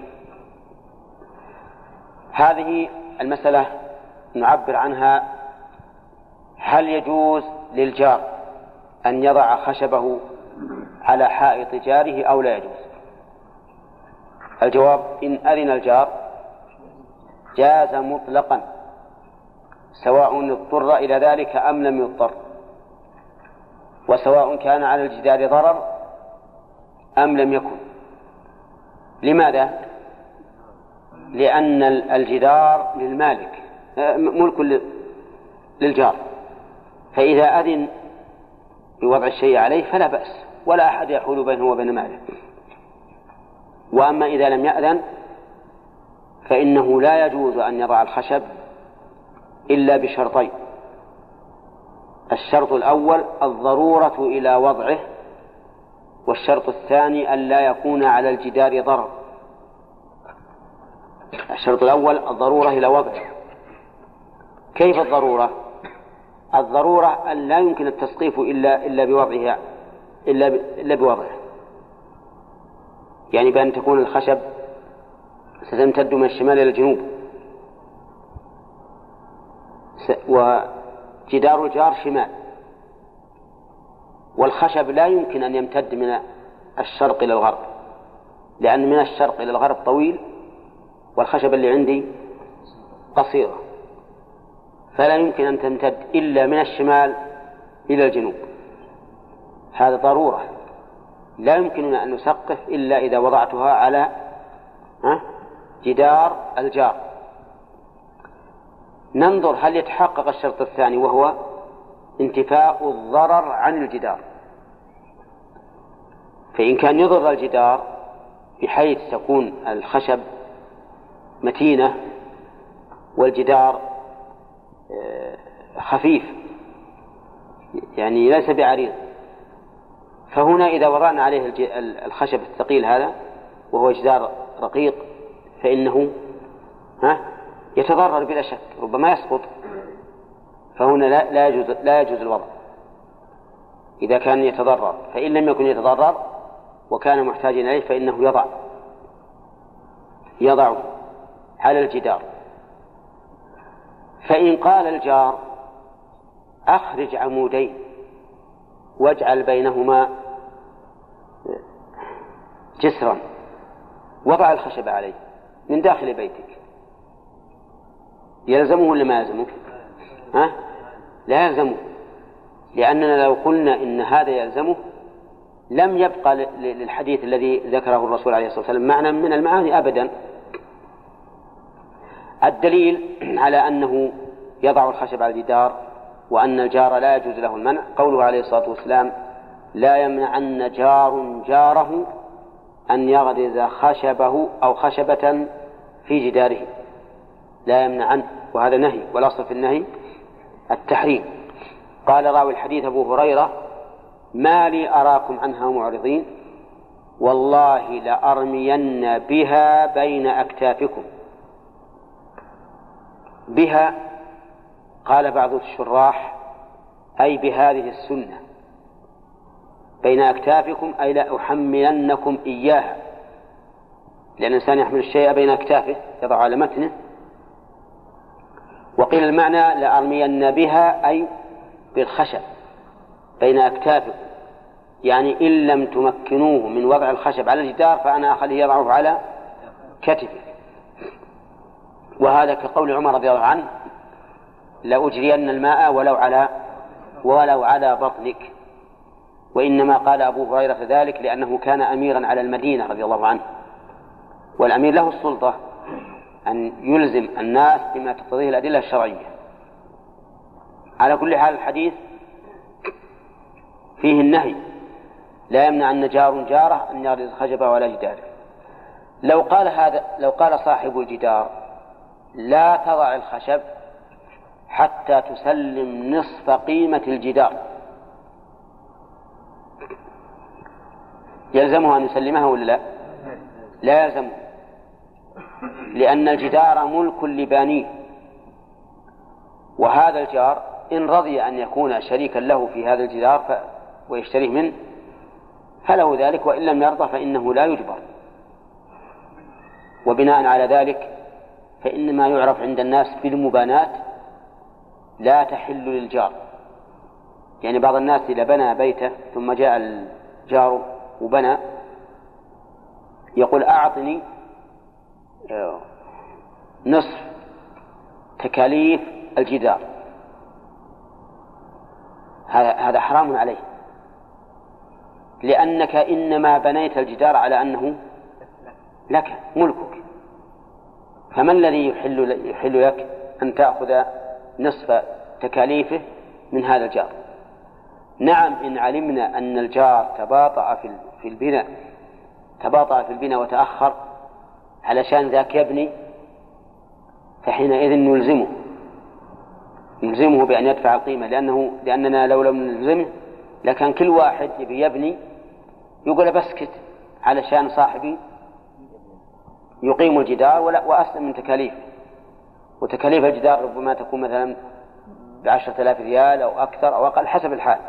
هذه المسألة نعبر عنها هل يجوز للجار أن يضع خشبه على حائط جاره أو لا يجوز؟ الجواب إن أذن الجار جاز مطلقا سواء اضطر إلى ذلك أم لم يضطر، وسواء كان على الجدار ضرر أم لم يكن. لماذا؟ لأن الجدار للمالك ملك للجار، فإذا أذن بوضع الشيء عليه فلا بأس ولا أحد يحول بينه وبين ماله. وأما إذا لم يأذن فإنه لا يجوز أن يضع الخشب إلا بشرطين. الشرط الأول الضرورة إلى وضعه، والشرط الثاني أن لا يكون على الجدار ضرر. الشرط الأول الضرورة إلى وضعه. كيف الضرورة؟ الضرورة أن لا يمكن التسقيف إلا إلا بوضعها إلا إلا بوضعه، يعني بأن تكون الخشب ستمتد من الشمال إلى الجنوب وجدار الجار شمال، والخشب لا يمكن أن يمتد من الشرق إلى الغرب، لأن من الشرق إلى الغرب طويل والخشب اللي عندي قصيرة، فلا يمكن أن تمتد إلا من الشمال إلى الجنوب. هذا ضرورة لا يمكننا أن نسقف إلا إذا وضعتها على جدار الجار. ننظر هل يتحقق الشرط الثاني وهو انتفاء الضرر عن الجدار. فإن كان يضر الجدار بحيث تكون الخشب متينة والجدار خفيف يعني ليس بعريض، فهنا إذا وضعنا عليه الخشب الثقيل هذا وهو جدار رقيق فإنه ها يتضرر بلا شك، ربما يسقط، فهنا لا, لا يجوز لا يجوز الوضع إذا كان يتضرر. فإن لم يكن يتضرر وكان محتاجا إليه فإنه يضع يضع على الجدار. فإن قال الجار أخرج عمودين واجعل بينهما جسرا وضع الخشب عليه من داخل بيتك، يلزمه ولا ما يلزمه؟ ها؟ لا يلزمه، لأننا لو قلنا إن هذا يلزمه لم يبقى للحديث الذي ذكره الرسول عليه الصلاة والسلام معنى من المعاني أبدا. الدليل على أنه يضع الخشب على الجدار وأن الجار لا يجوز له المنع قوله عليه الصلاة والسلام لا يمنعن جار جاره أن يغرز خشبه أو خشبة في جداره، لا يمنعن، وهذا نهي، والأصل في النهي التحريم. قال راوي الحديث أبو هريرة ما لي أراكم عنها معرضين والله لأرمين بها بين أكتافكم. بها قال بعض الشراح أي بهذه السنة بين أكتافكم أي لا أحملنكم إياها، لأن الإنسان يحمل الشيء بين أكتافه يضع على متنه، وقيل المعنى لأرمين بها أي بالخشب بين أكتافكم، يعني إن لم تمكنوه من وضع الخشب على الجدار فأنا أخليه يضعه على كتفه. وهذا كقول عمر رضي الله عنه لأجرين الماء ولو على ولو على بطنك. وإنما قال أبو هريرة ذلك لأنه كان أميرا على المدينة رضي الله عنه، والأمير له السلطة أن يلزم الناس بما تقتضيه الأدلة الشرعية. على كل حال الحديث فيه النهي، لا يمنع أن جار جاره أن يغرز خشبه ولا جداره. لو قال هذا لو قال صاحب الجدار لا تضع الخشب حتى تسلم نصف قيمة الجدار، يلزمه أن يسلمها ولا لا؟ لا يلزمه، لأن الجدار ملك لبانيه، وهذا الجار إن رضي أن يكون شريكا له في هذا الجدار ف... ويشتريه منه فله ذلك، وإن لم يرضى فإنه لا يجبر. وبناء على ذلك فإن ما يعرف عند الناس بالمبانات لا تحل للجار. يعني بعض الناس إذا بنى بيته ثم جاء الجار وبنى يقول أعطني نصف تكاليف الجدار، هذا هذا حرام عليه، لأنك إنما بنيت الجدار على أنه لك ملكك، فما الذي يحل يحل لك أن تأخذ نصف تكاليفه من هذا الجار؟ نعم إن علمنا أن الجار تباطأ في البناء تباطأ في البناء وتأخر علشان ذاك يبني فحينئذ نلزمه نلزمه بأن يدفع القيمة، لأنه لأننا لو لم نلزمه لكان كل واحد يبي يبني يقول بسكت علشان صاحبي يقيم الجدار وأسلم من تكاليف، وتكاليف الجدار ربما تكون مثلا بعشرة آلاف ريال أو أكثر أو أقل حسب الحال.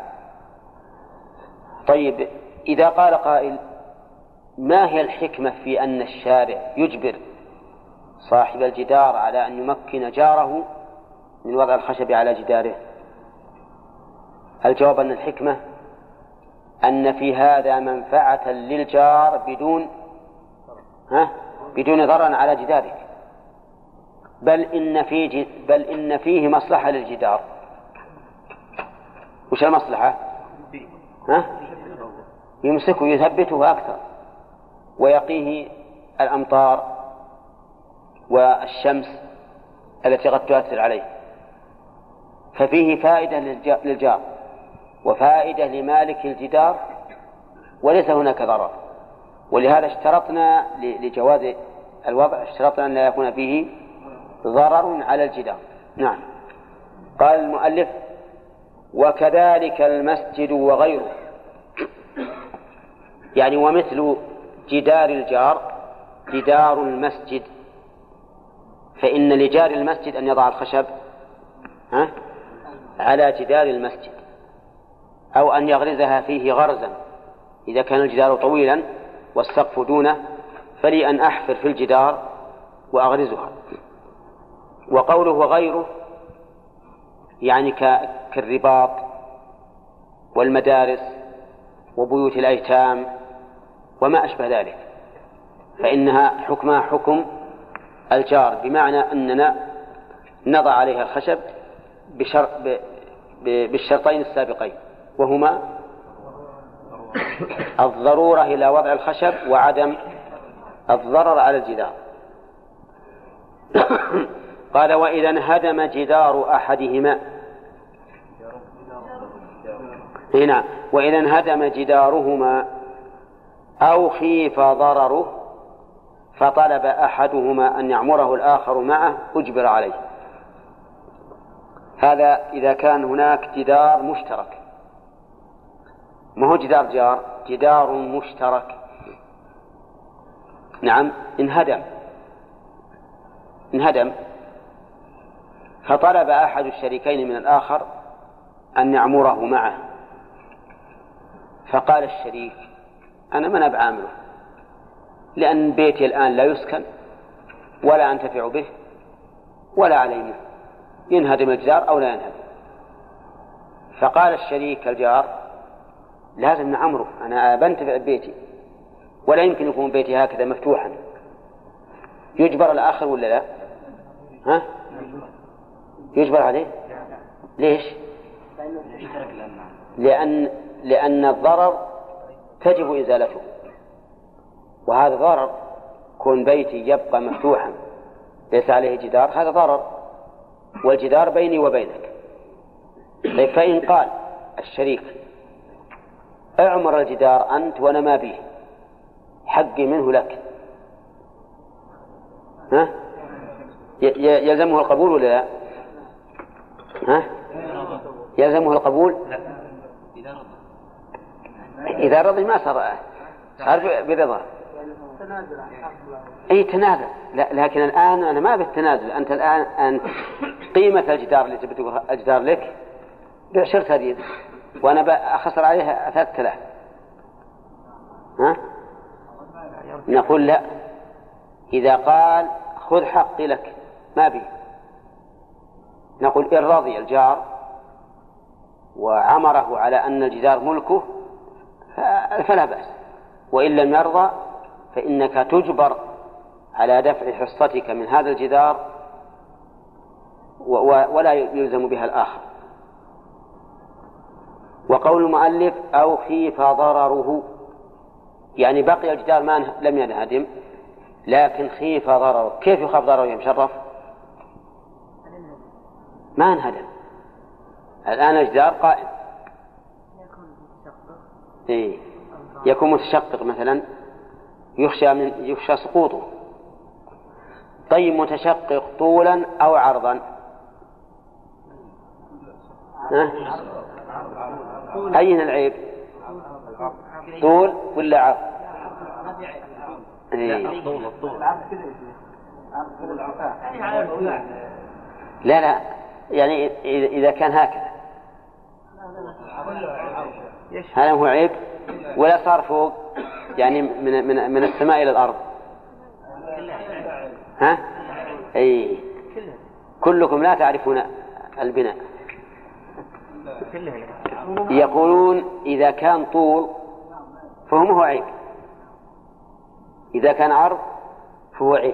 طيب إذا قال قائل ما هي الحكمة في أن الشارع يجبر صاحب الجدار على أن يمكن جاره من وضع الخشب على جداره؟ الجواب أن الحكمة أن في هذا منفعة للجار بدون ها بدون ضرر على جدارك، بل إن فيه بل إن فيه مصلحة للجدار. وش المصلحة؟ ها؟ يمسكه يثبته أكثر ويقيه الأمطار والشمس التي قد تؤثر عليه، ففيه فائدة للجار وفائدة لمالك الجدار وليس هناك ضرر. ولهذا اشترطنا لجواز الوضع اشترطنا أن لا يكون فيه ضرر على الجدار. نعم. قال المؤلف وكذلك المسجد وغيره، يعني ومثل جدار الجار جدار المسجد، فإن لجار المسجد أن يضع الخشب ها على جدار المسجد أو أن يغرزها فيه غرزا إذا كان الجدار طويلا والسقف دونه، فلي أن أحفر في الجدار وأغرزها. وقوله وغيره يعني كالرباط والمدارس وبيوت الأيتام وما أشبه ذلك، فإنها حكمها حكم الجار، بمعنى أننا نضع عليها الخشب بشرط بالشرطين السابقين، وهما الضرورة إلى وضع الخشب وعدم الضرر على الجدار. قال وإذا انهدم جدار أحدهما، هنا وإذا انهدم جدارهما أو خيف ضرره فطلب أحدهما أن يعمره الآخر معه أجبر عليه. هذا إذا كان هناك جدار مشترك، ما هو جدار جار، جدار مشترك. نعم انهدم انهدم فطلب أحد الشريكين من الآخر أن يعمره معه، فقال الشريك أنا ما أبغى أعمله لأن بيتي الآن لا يسكن ولا أنتفع به ولا علي منه، ينهدم الجدار أو لا ينهدم. فقال الشريك الجار لازم نعمره، أنا بنتفع ببيتي ولا يمكن يكون بيتي هكذا مفتوحا. يجبر الآخر ولا لا؟ ها؟ يجبر عليه. ليش؟ لأن لأن الضرر تجب إزالته، وهذا ضرر. كون بيتي يبقى مفتوحا ليس عليه جدار هذا ضرر، والجدار بيني وبينك. فإن قال الشريك اعمر الجدار أنت وأنا ما بيه، حقي منه لك، ها؟ يلزمه القبول ولا لا؟ ها؟ يلزمه القبول؟ إذا رضي ما صار صار برضا. أي تنازل. لا، لكن الآن أنا ما بالتنازل. أنت الآن أنت قيمة الجدار اللي تبي الجدار لك بعشرة هديد وأنا بأخسر عليها ثلاثة آلاف، ها؟ نقول لا. إذا قال خذ حقي لك ما بي، نقول إن رضي الجار وعمره على أن الجدار ملكه فلا بأس، وإن لم يرضى فإنك تجبر على دفع حصتك من هذا الجدار ولا يلزم بها الآخر. وقول المؤلف أو خيف ضرره، يعني بقي الجدار ما لم ينهدم لكن خيف ضرره. كيف يخاف ضرره يا مشرف؟ ما انهدم الآن الجدار قائم. إيه؟ يكون متشقق مثلا يخشى من يخشى سقوطه. طيب متشقق طولا أو عرضا؟ ها؟ أين العيب؟ طول ولا عرض؟ إيه؟ لا لا، يعني إذا كان هكذا هذا هو عيب، ولا صار فوق يعني من من من السماء إلى الأرض. ها؟ أي كلكم لا تعرفون البناء. يقولون إذا كان طول فهو هو عيب، إذا كان عرض فهو عيب.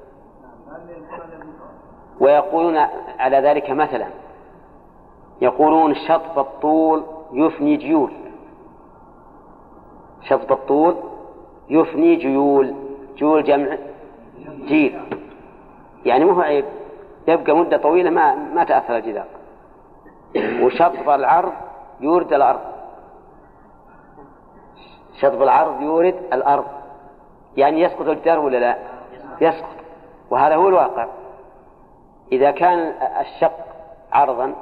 ويقولون على ذلك مثلا يقولون شطب الطول يفني جيول. شطب الطول يفني جيول. جيول جمع جيل، يعني مو عيب، يبقى مدة طويلة ما ما تأثر الجدار. وشطب العرض يورد الأرض. شطب العرض يورد الأرض، يعني يسقط الجدار ولا لا؟ يسقط. وهذا هو الواقع. إذا كان الشق عرضا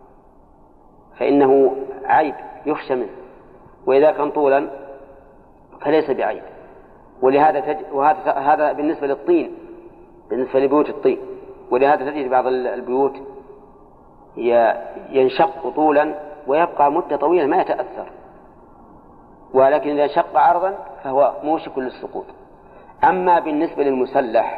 فإنه عيب يخشى منه، وإذا كان طولا فليس بعيب. ولهذا تج... وهذا هذا بالنسبة للطين، بالنسبة لبيوت الطين. ولهذا تجد بعض البيوت ينشق طولا ويبقى مدة طويلة ما يتأثر، ولكن إذا شق عرضا فهو موشك للسقوط. أما بالنسبة للمسلح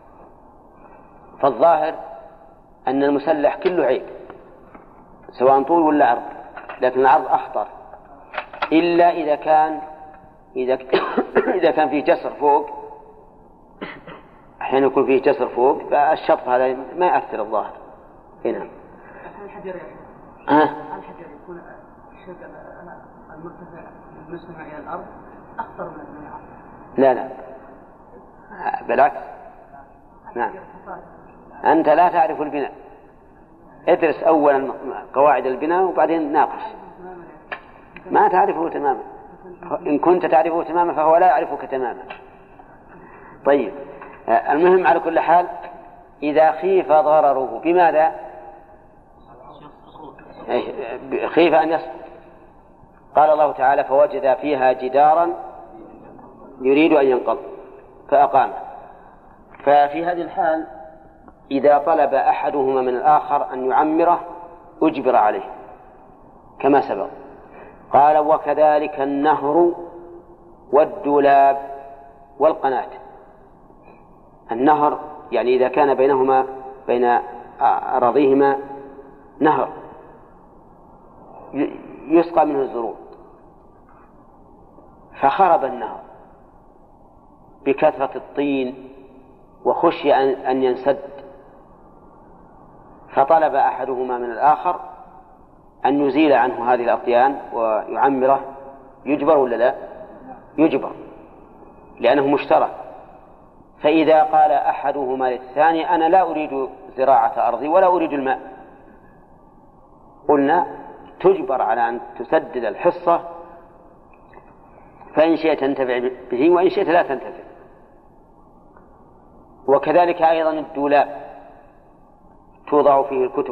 فالظاهر أن المسلح كله عيب سواء طول ولا عرض، لكن العرض أخطر، إلا إذا كان إذا إذا كان فيه جسر فوق. أحيانا يكون فيه جسر فوق فالشطف هذا ما يأثر الظاهر. هنا الحجر ها؟ الحجر يكون الشجر المرتفع بالنسبة إلى الأرض أخطر من العرض. لا لا بالعكس. نعم، أنت لا تعرف البناء. ادرس أولا قواعد البناء وبعدين ناقش. ما تعرفه تماما. إن كنت تعرفه تماما فهو لا يعرفك تماما. طيب، المهم على كل حال إذا خيف ضرره بماذا؟ خيف أن يسقط. قال الله تعالى فوجد فيها جدارا يريد أن ينقض فأقامه. ففي هذه الحال إذا طلب أحدهما من الآخر أن يعمره أجبر عليه كما سبق. قال وكذلك النهر والدولاب والقناة. النهر يعني إذا كان بينهما بين أراضيهما نهر يسقى منه الزروع، فخرب النهر بكثرة الطين وخشي أن ينسد، فطلب أحدهما من الآخر أن يزيل عنه هذه الأطيان ويعمره. يجبر ولا لا؟ يجبر، لأنه مشترك. فإذا قال أحدهما للثاني أنا لا أريد زراعة أرضي ولا أريد الماء، قلنا تجبر على أن تسدد الحصة، فإن شئت تنتفع به وإن شئت لا تنتفع. وكذلك أيضا الدولاب توضع فيه الكتب،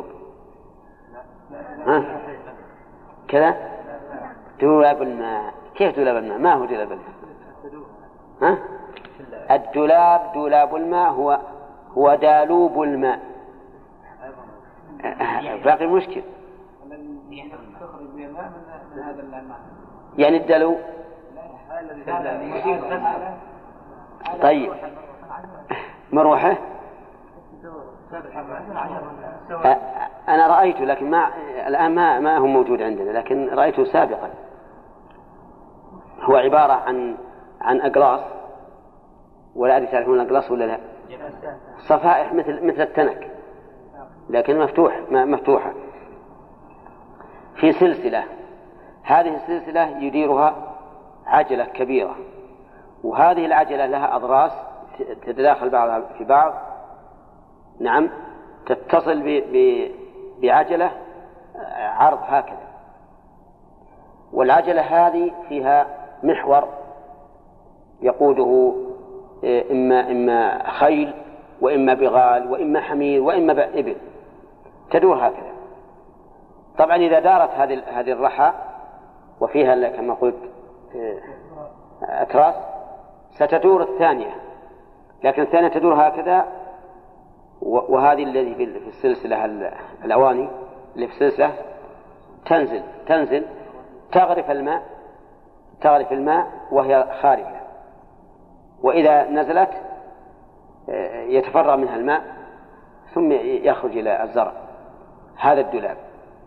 ها؟ كذا دولاب الماء. كيف دولاب الماء؟ ما هو دولاب الماء؟ ها؟ الدولاب دولاب الماء هو هو دالوب الماء. باقي المشكل يعني الدلو. طيب مروحه أنا رأيته لكن ما الآن ما ما هو موجود عندنا، لكن رأيته سابقا. هو عبارة عن عن أقلاص، ولا أدري تعرفون الأقلاص ولا لا؟ صفائح مثل مثل التنك لكن مفتوح مفتوحة في سلسلة. هذه السلسلة يديرها عجلة كبيرة، وهذه العجلة لها أضراس تتداخل بعضها في بعض، نعم، تتصل ب... ب... بعجلة عرض هكذا. والعجلة هذه فيها محور يقوده إما إما خيل وإما بغال وإما حمير وإما إبل، تدور هكذا. طبعا إذا دارت هذه هذه الرحى وفيها كما قلت أتراس ستدور الثانية، لكن الثانية تدور هكذا، وهذه الذي في السلسلة الأواني اللي في السلسلة تنزل تنزل تغرف الماء تغرف الماء وهي خارجة، وإذا نزلت يتفرغ منها الماء ثم يخرج إلى الزرع. هذا الدولاب.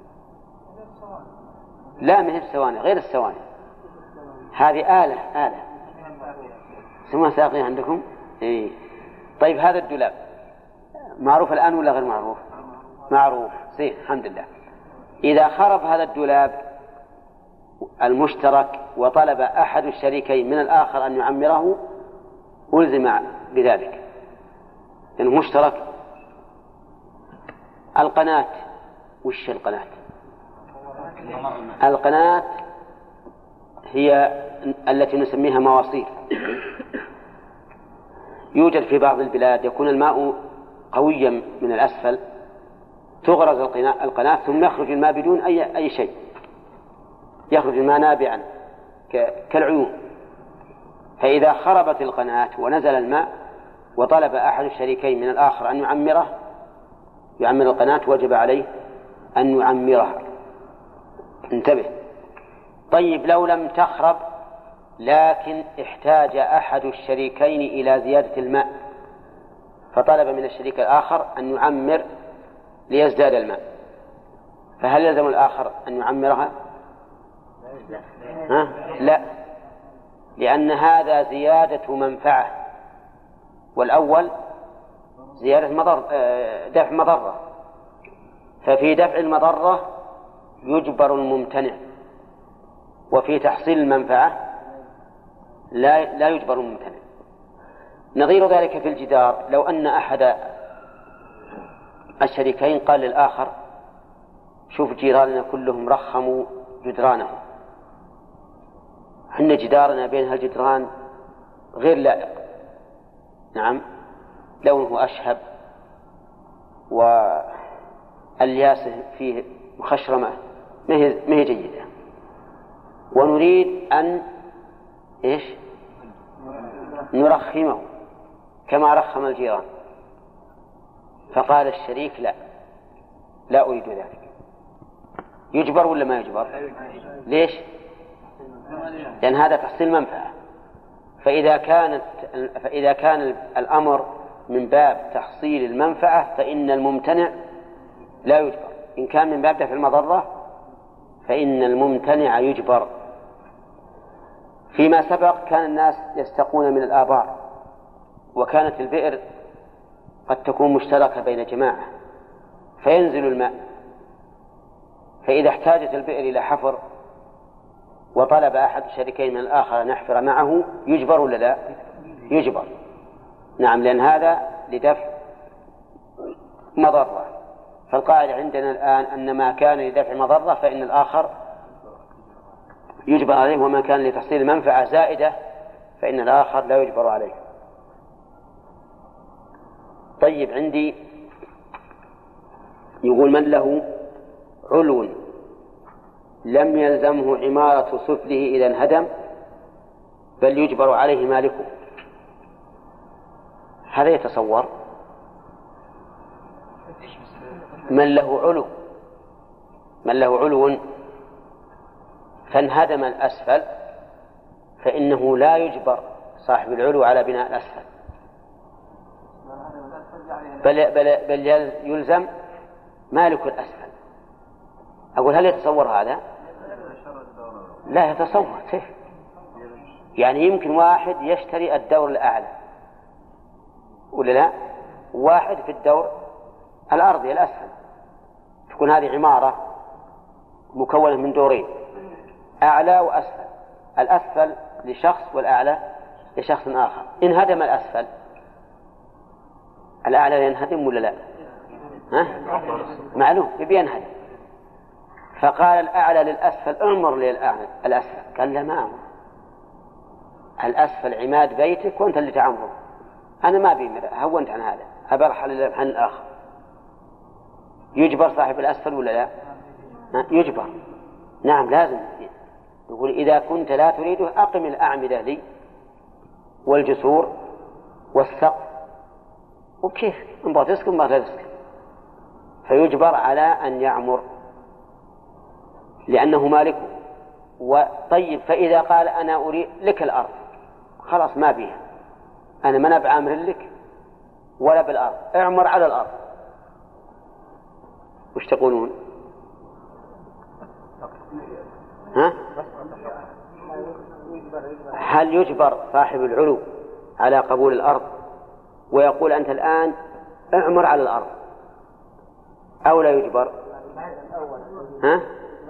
لا ما هي السواني، غير السواني، هذه آلة آلة سموها ساقية عندكم. إيه. طيب هذا الدولاب معروف الآن ولا غير معروف؟ معروف. زين الحمد لله. إذا خرب هذا الدولاب المشترك وطلب أحد الشريكين من الآخر أن يعمره ألزم بذلك، لأنه يعني مشترك. القناة، وش القناة؟ القناة هي التي نسميها مواصير. يوجد في بعض البلاد يكون الماء قويا من الأسفل، تغرز القناة ثم يخرج الماء بدون أي أي شيء، يخرج الماء نابعا كالعيون. فإذا خربت القناة ونزل الماء وطلب أحد الشريكين من الآخر أن يعمره يعمر القناة وجب عليه أن يعمرها. انتبه. طيب لو لم تخرب لكن احتاج أحد الشريكين إلى زيادة الماء فطلب من الشريك الآخر أن يعمر ليزداد الماء، فهل يلزم الآخر أن يعمرها؟ ها؟ لا، لأن هذا زيادة منفعة، والأول زيادة مضر دفع مضرة، ففي دفع المضرة يجبر الممتنع، وفي تحصيل المنفعة لا لا يجبر الممتنع. نظير ذلك في الجدار، لو أن أحد الشريكين قال للآخر شوف جيراننا كلهم رخموا جدرانهم، حنا جدارنا بين هالجدران غير لائق، نعم، لونه أشهب والياسه فيه مخشرمة ما هي جيدة، ونريد أن إيش نرخمه كما رخم الجيران. فقال الشريك لا لا أريد ذلك. يجبر ولا ما يجبر؟ ليش؟ لأن هذا تحصيل منفعة. فإذا كانت فإذا كان الأمر من باب تحصيل المنفعة فإن الممتنع لا يجبر. إن كان من باب دفع المضرة فإن الممتنع يجبر. فيما سبق كان الناس يستقون من الآبار، وكانت البئر قد تكون مشتركة بين جماعة فينزل الماء، فإذا احتاجت البئر إلى حفر وطلب أحد الشريكين من الآخر أن يحفر معه يجبر ولا لا؟ يجبر. نعم، لأن هذا لدفع مضرة. فالقاعدة عندنا الآن أن ما كان لدفع مضرة فإن الآخر يجبر عليه، وما كان لتحصيل منفعة زائدة فإن الآخر لا يجبر عليه. طيب، عندي يقول من له علو لم يلزمه عمارة سفله إذا انهدم بل يجبر عليه مالكه، هذا يتصور؟ من له علو من له علو فانهدم الأسفل فإنه لا يجبر صاحب العلو على بناء الأسفل، بل, بل, بل يلزم مالك الأسفل. أقول هل يتصور هذا؟ لا يتصور. كيف؟ يعني يمكن واحد يشتري الدور الأعلى ولا لا، واحد في الدور الأرضي الأسفل، تكون هذه عمارة مكونة من دورين أعلى وأسفل، الأسفل لشخص والأعلى لشخص آخر. انهدم الأسفل الأعلى ينهدم ولا لا؟ ها؟ معلوم يبي ينهدم، فقال الأعلى للأسفل أمر للأعلى الأسفل، قال لا ما أمر، الأسفل عماد بيتك وأنت اللي تعمره، أنا ما بي هونت عن هذا، أبرحل للحن الآخر. يجبر صاحب الأسفل ولا لا؟ يجبر. نعم لازم. يقول إذا كنت لا تريده أقم الأعمدة لي والجسور والسقف، وكيف انبغى تسكن ما لا تسكن، فيجبر على أن يعمر لأنه مالكه. وطيب، فإذا قال أنا أريد لك الأرض خلاص ما بيها، أنا ما نبع أمر لك ولا بالأرض، اعمر على الأرض، وش تقولون؟ ها؟ هل يجبر صاحب العلو على قبول الأرض ويقول أنت الآن اعمر على الأرض أو لا يجبر؟ ها؟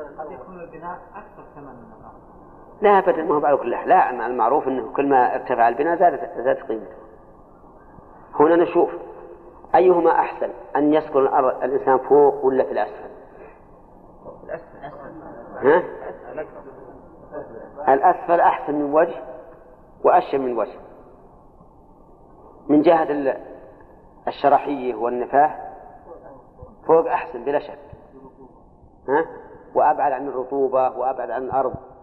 لا أبدا، ما هو على كل حال. لا، المعروف أنه كل ما ارتفع البناء زادت زادت قيمته. هنا نشوف أيهما أحسن، أن يسكن الأرض الإنسان فوق ولا في الأسفل؟ ها؟ الأسفل أحسن من وجه وأشم من وجه، من جهة الشرحية والنفاة فوق أحسن بلا شك، ها؟ وأبعد عن الرطوبة وأبعد عن الأرض.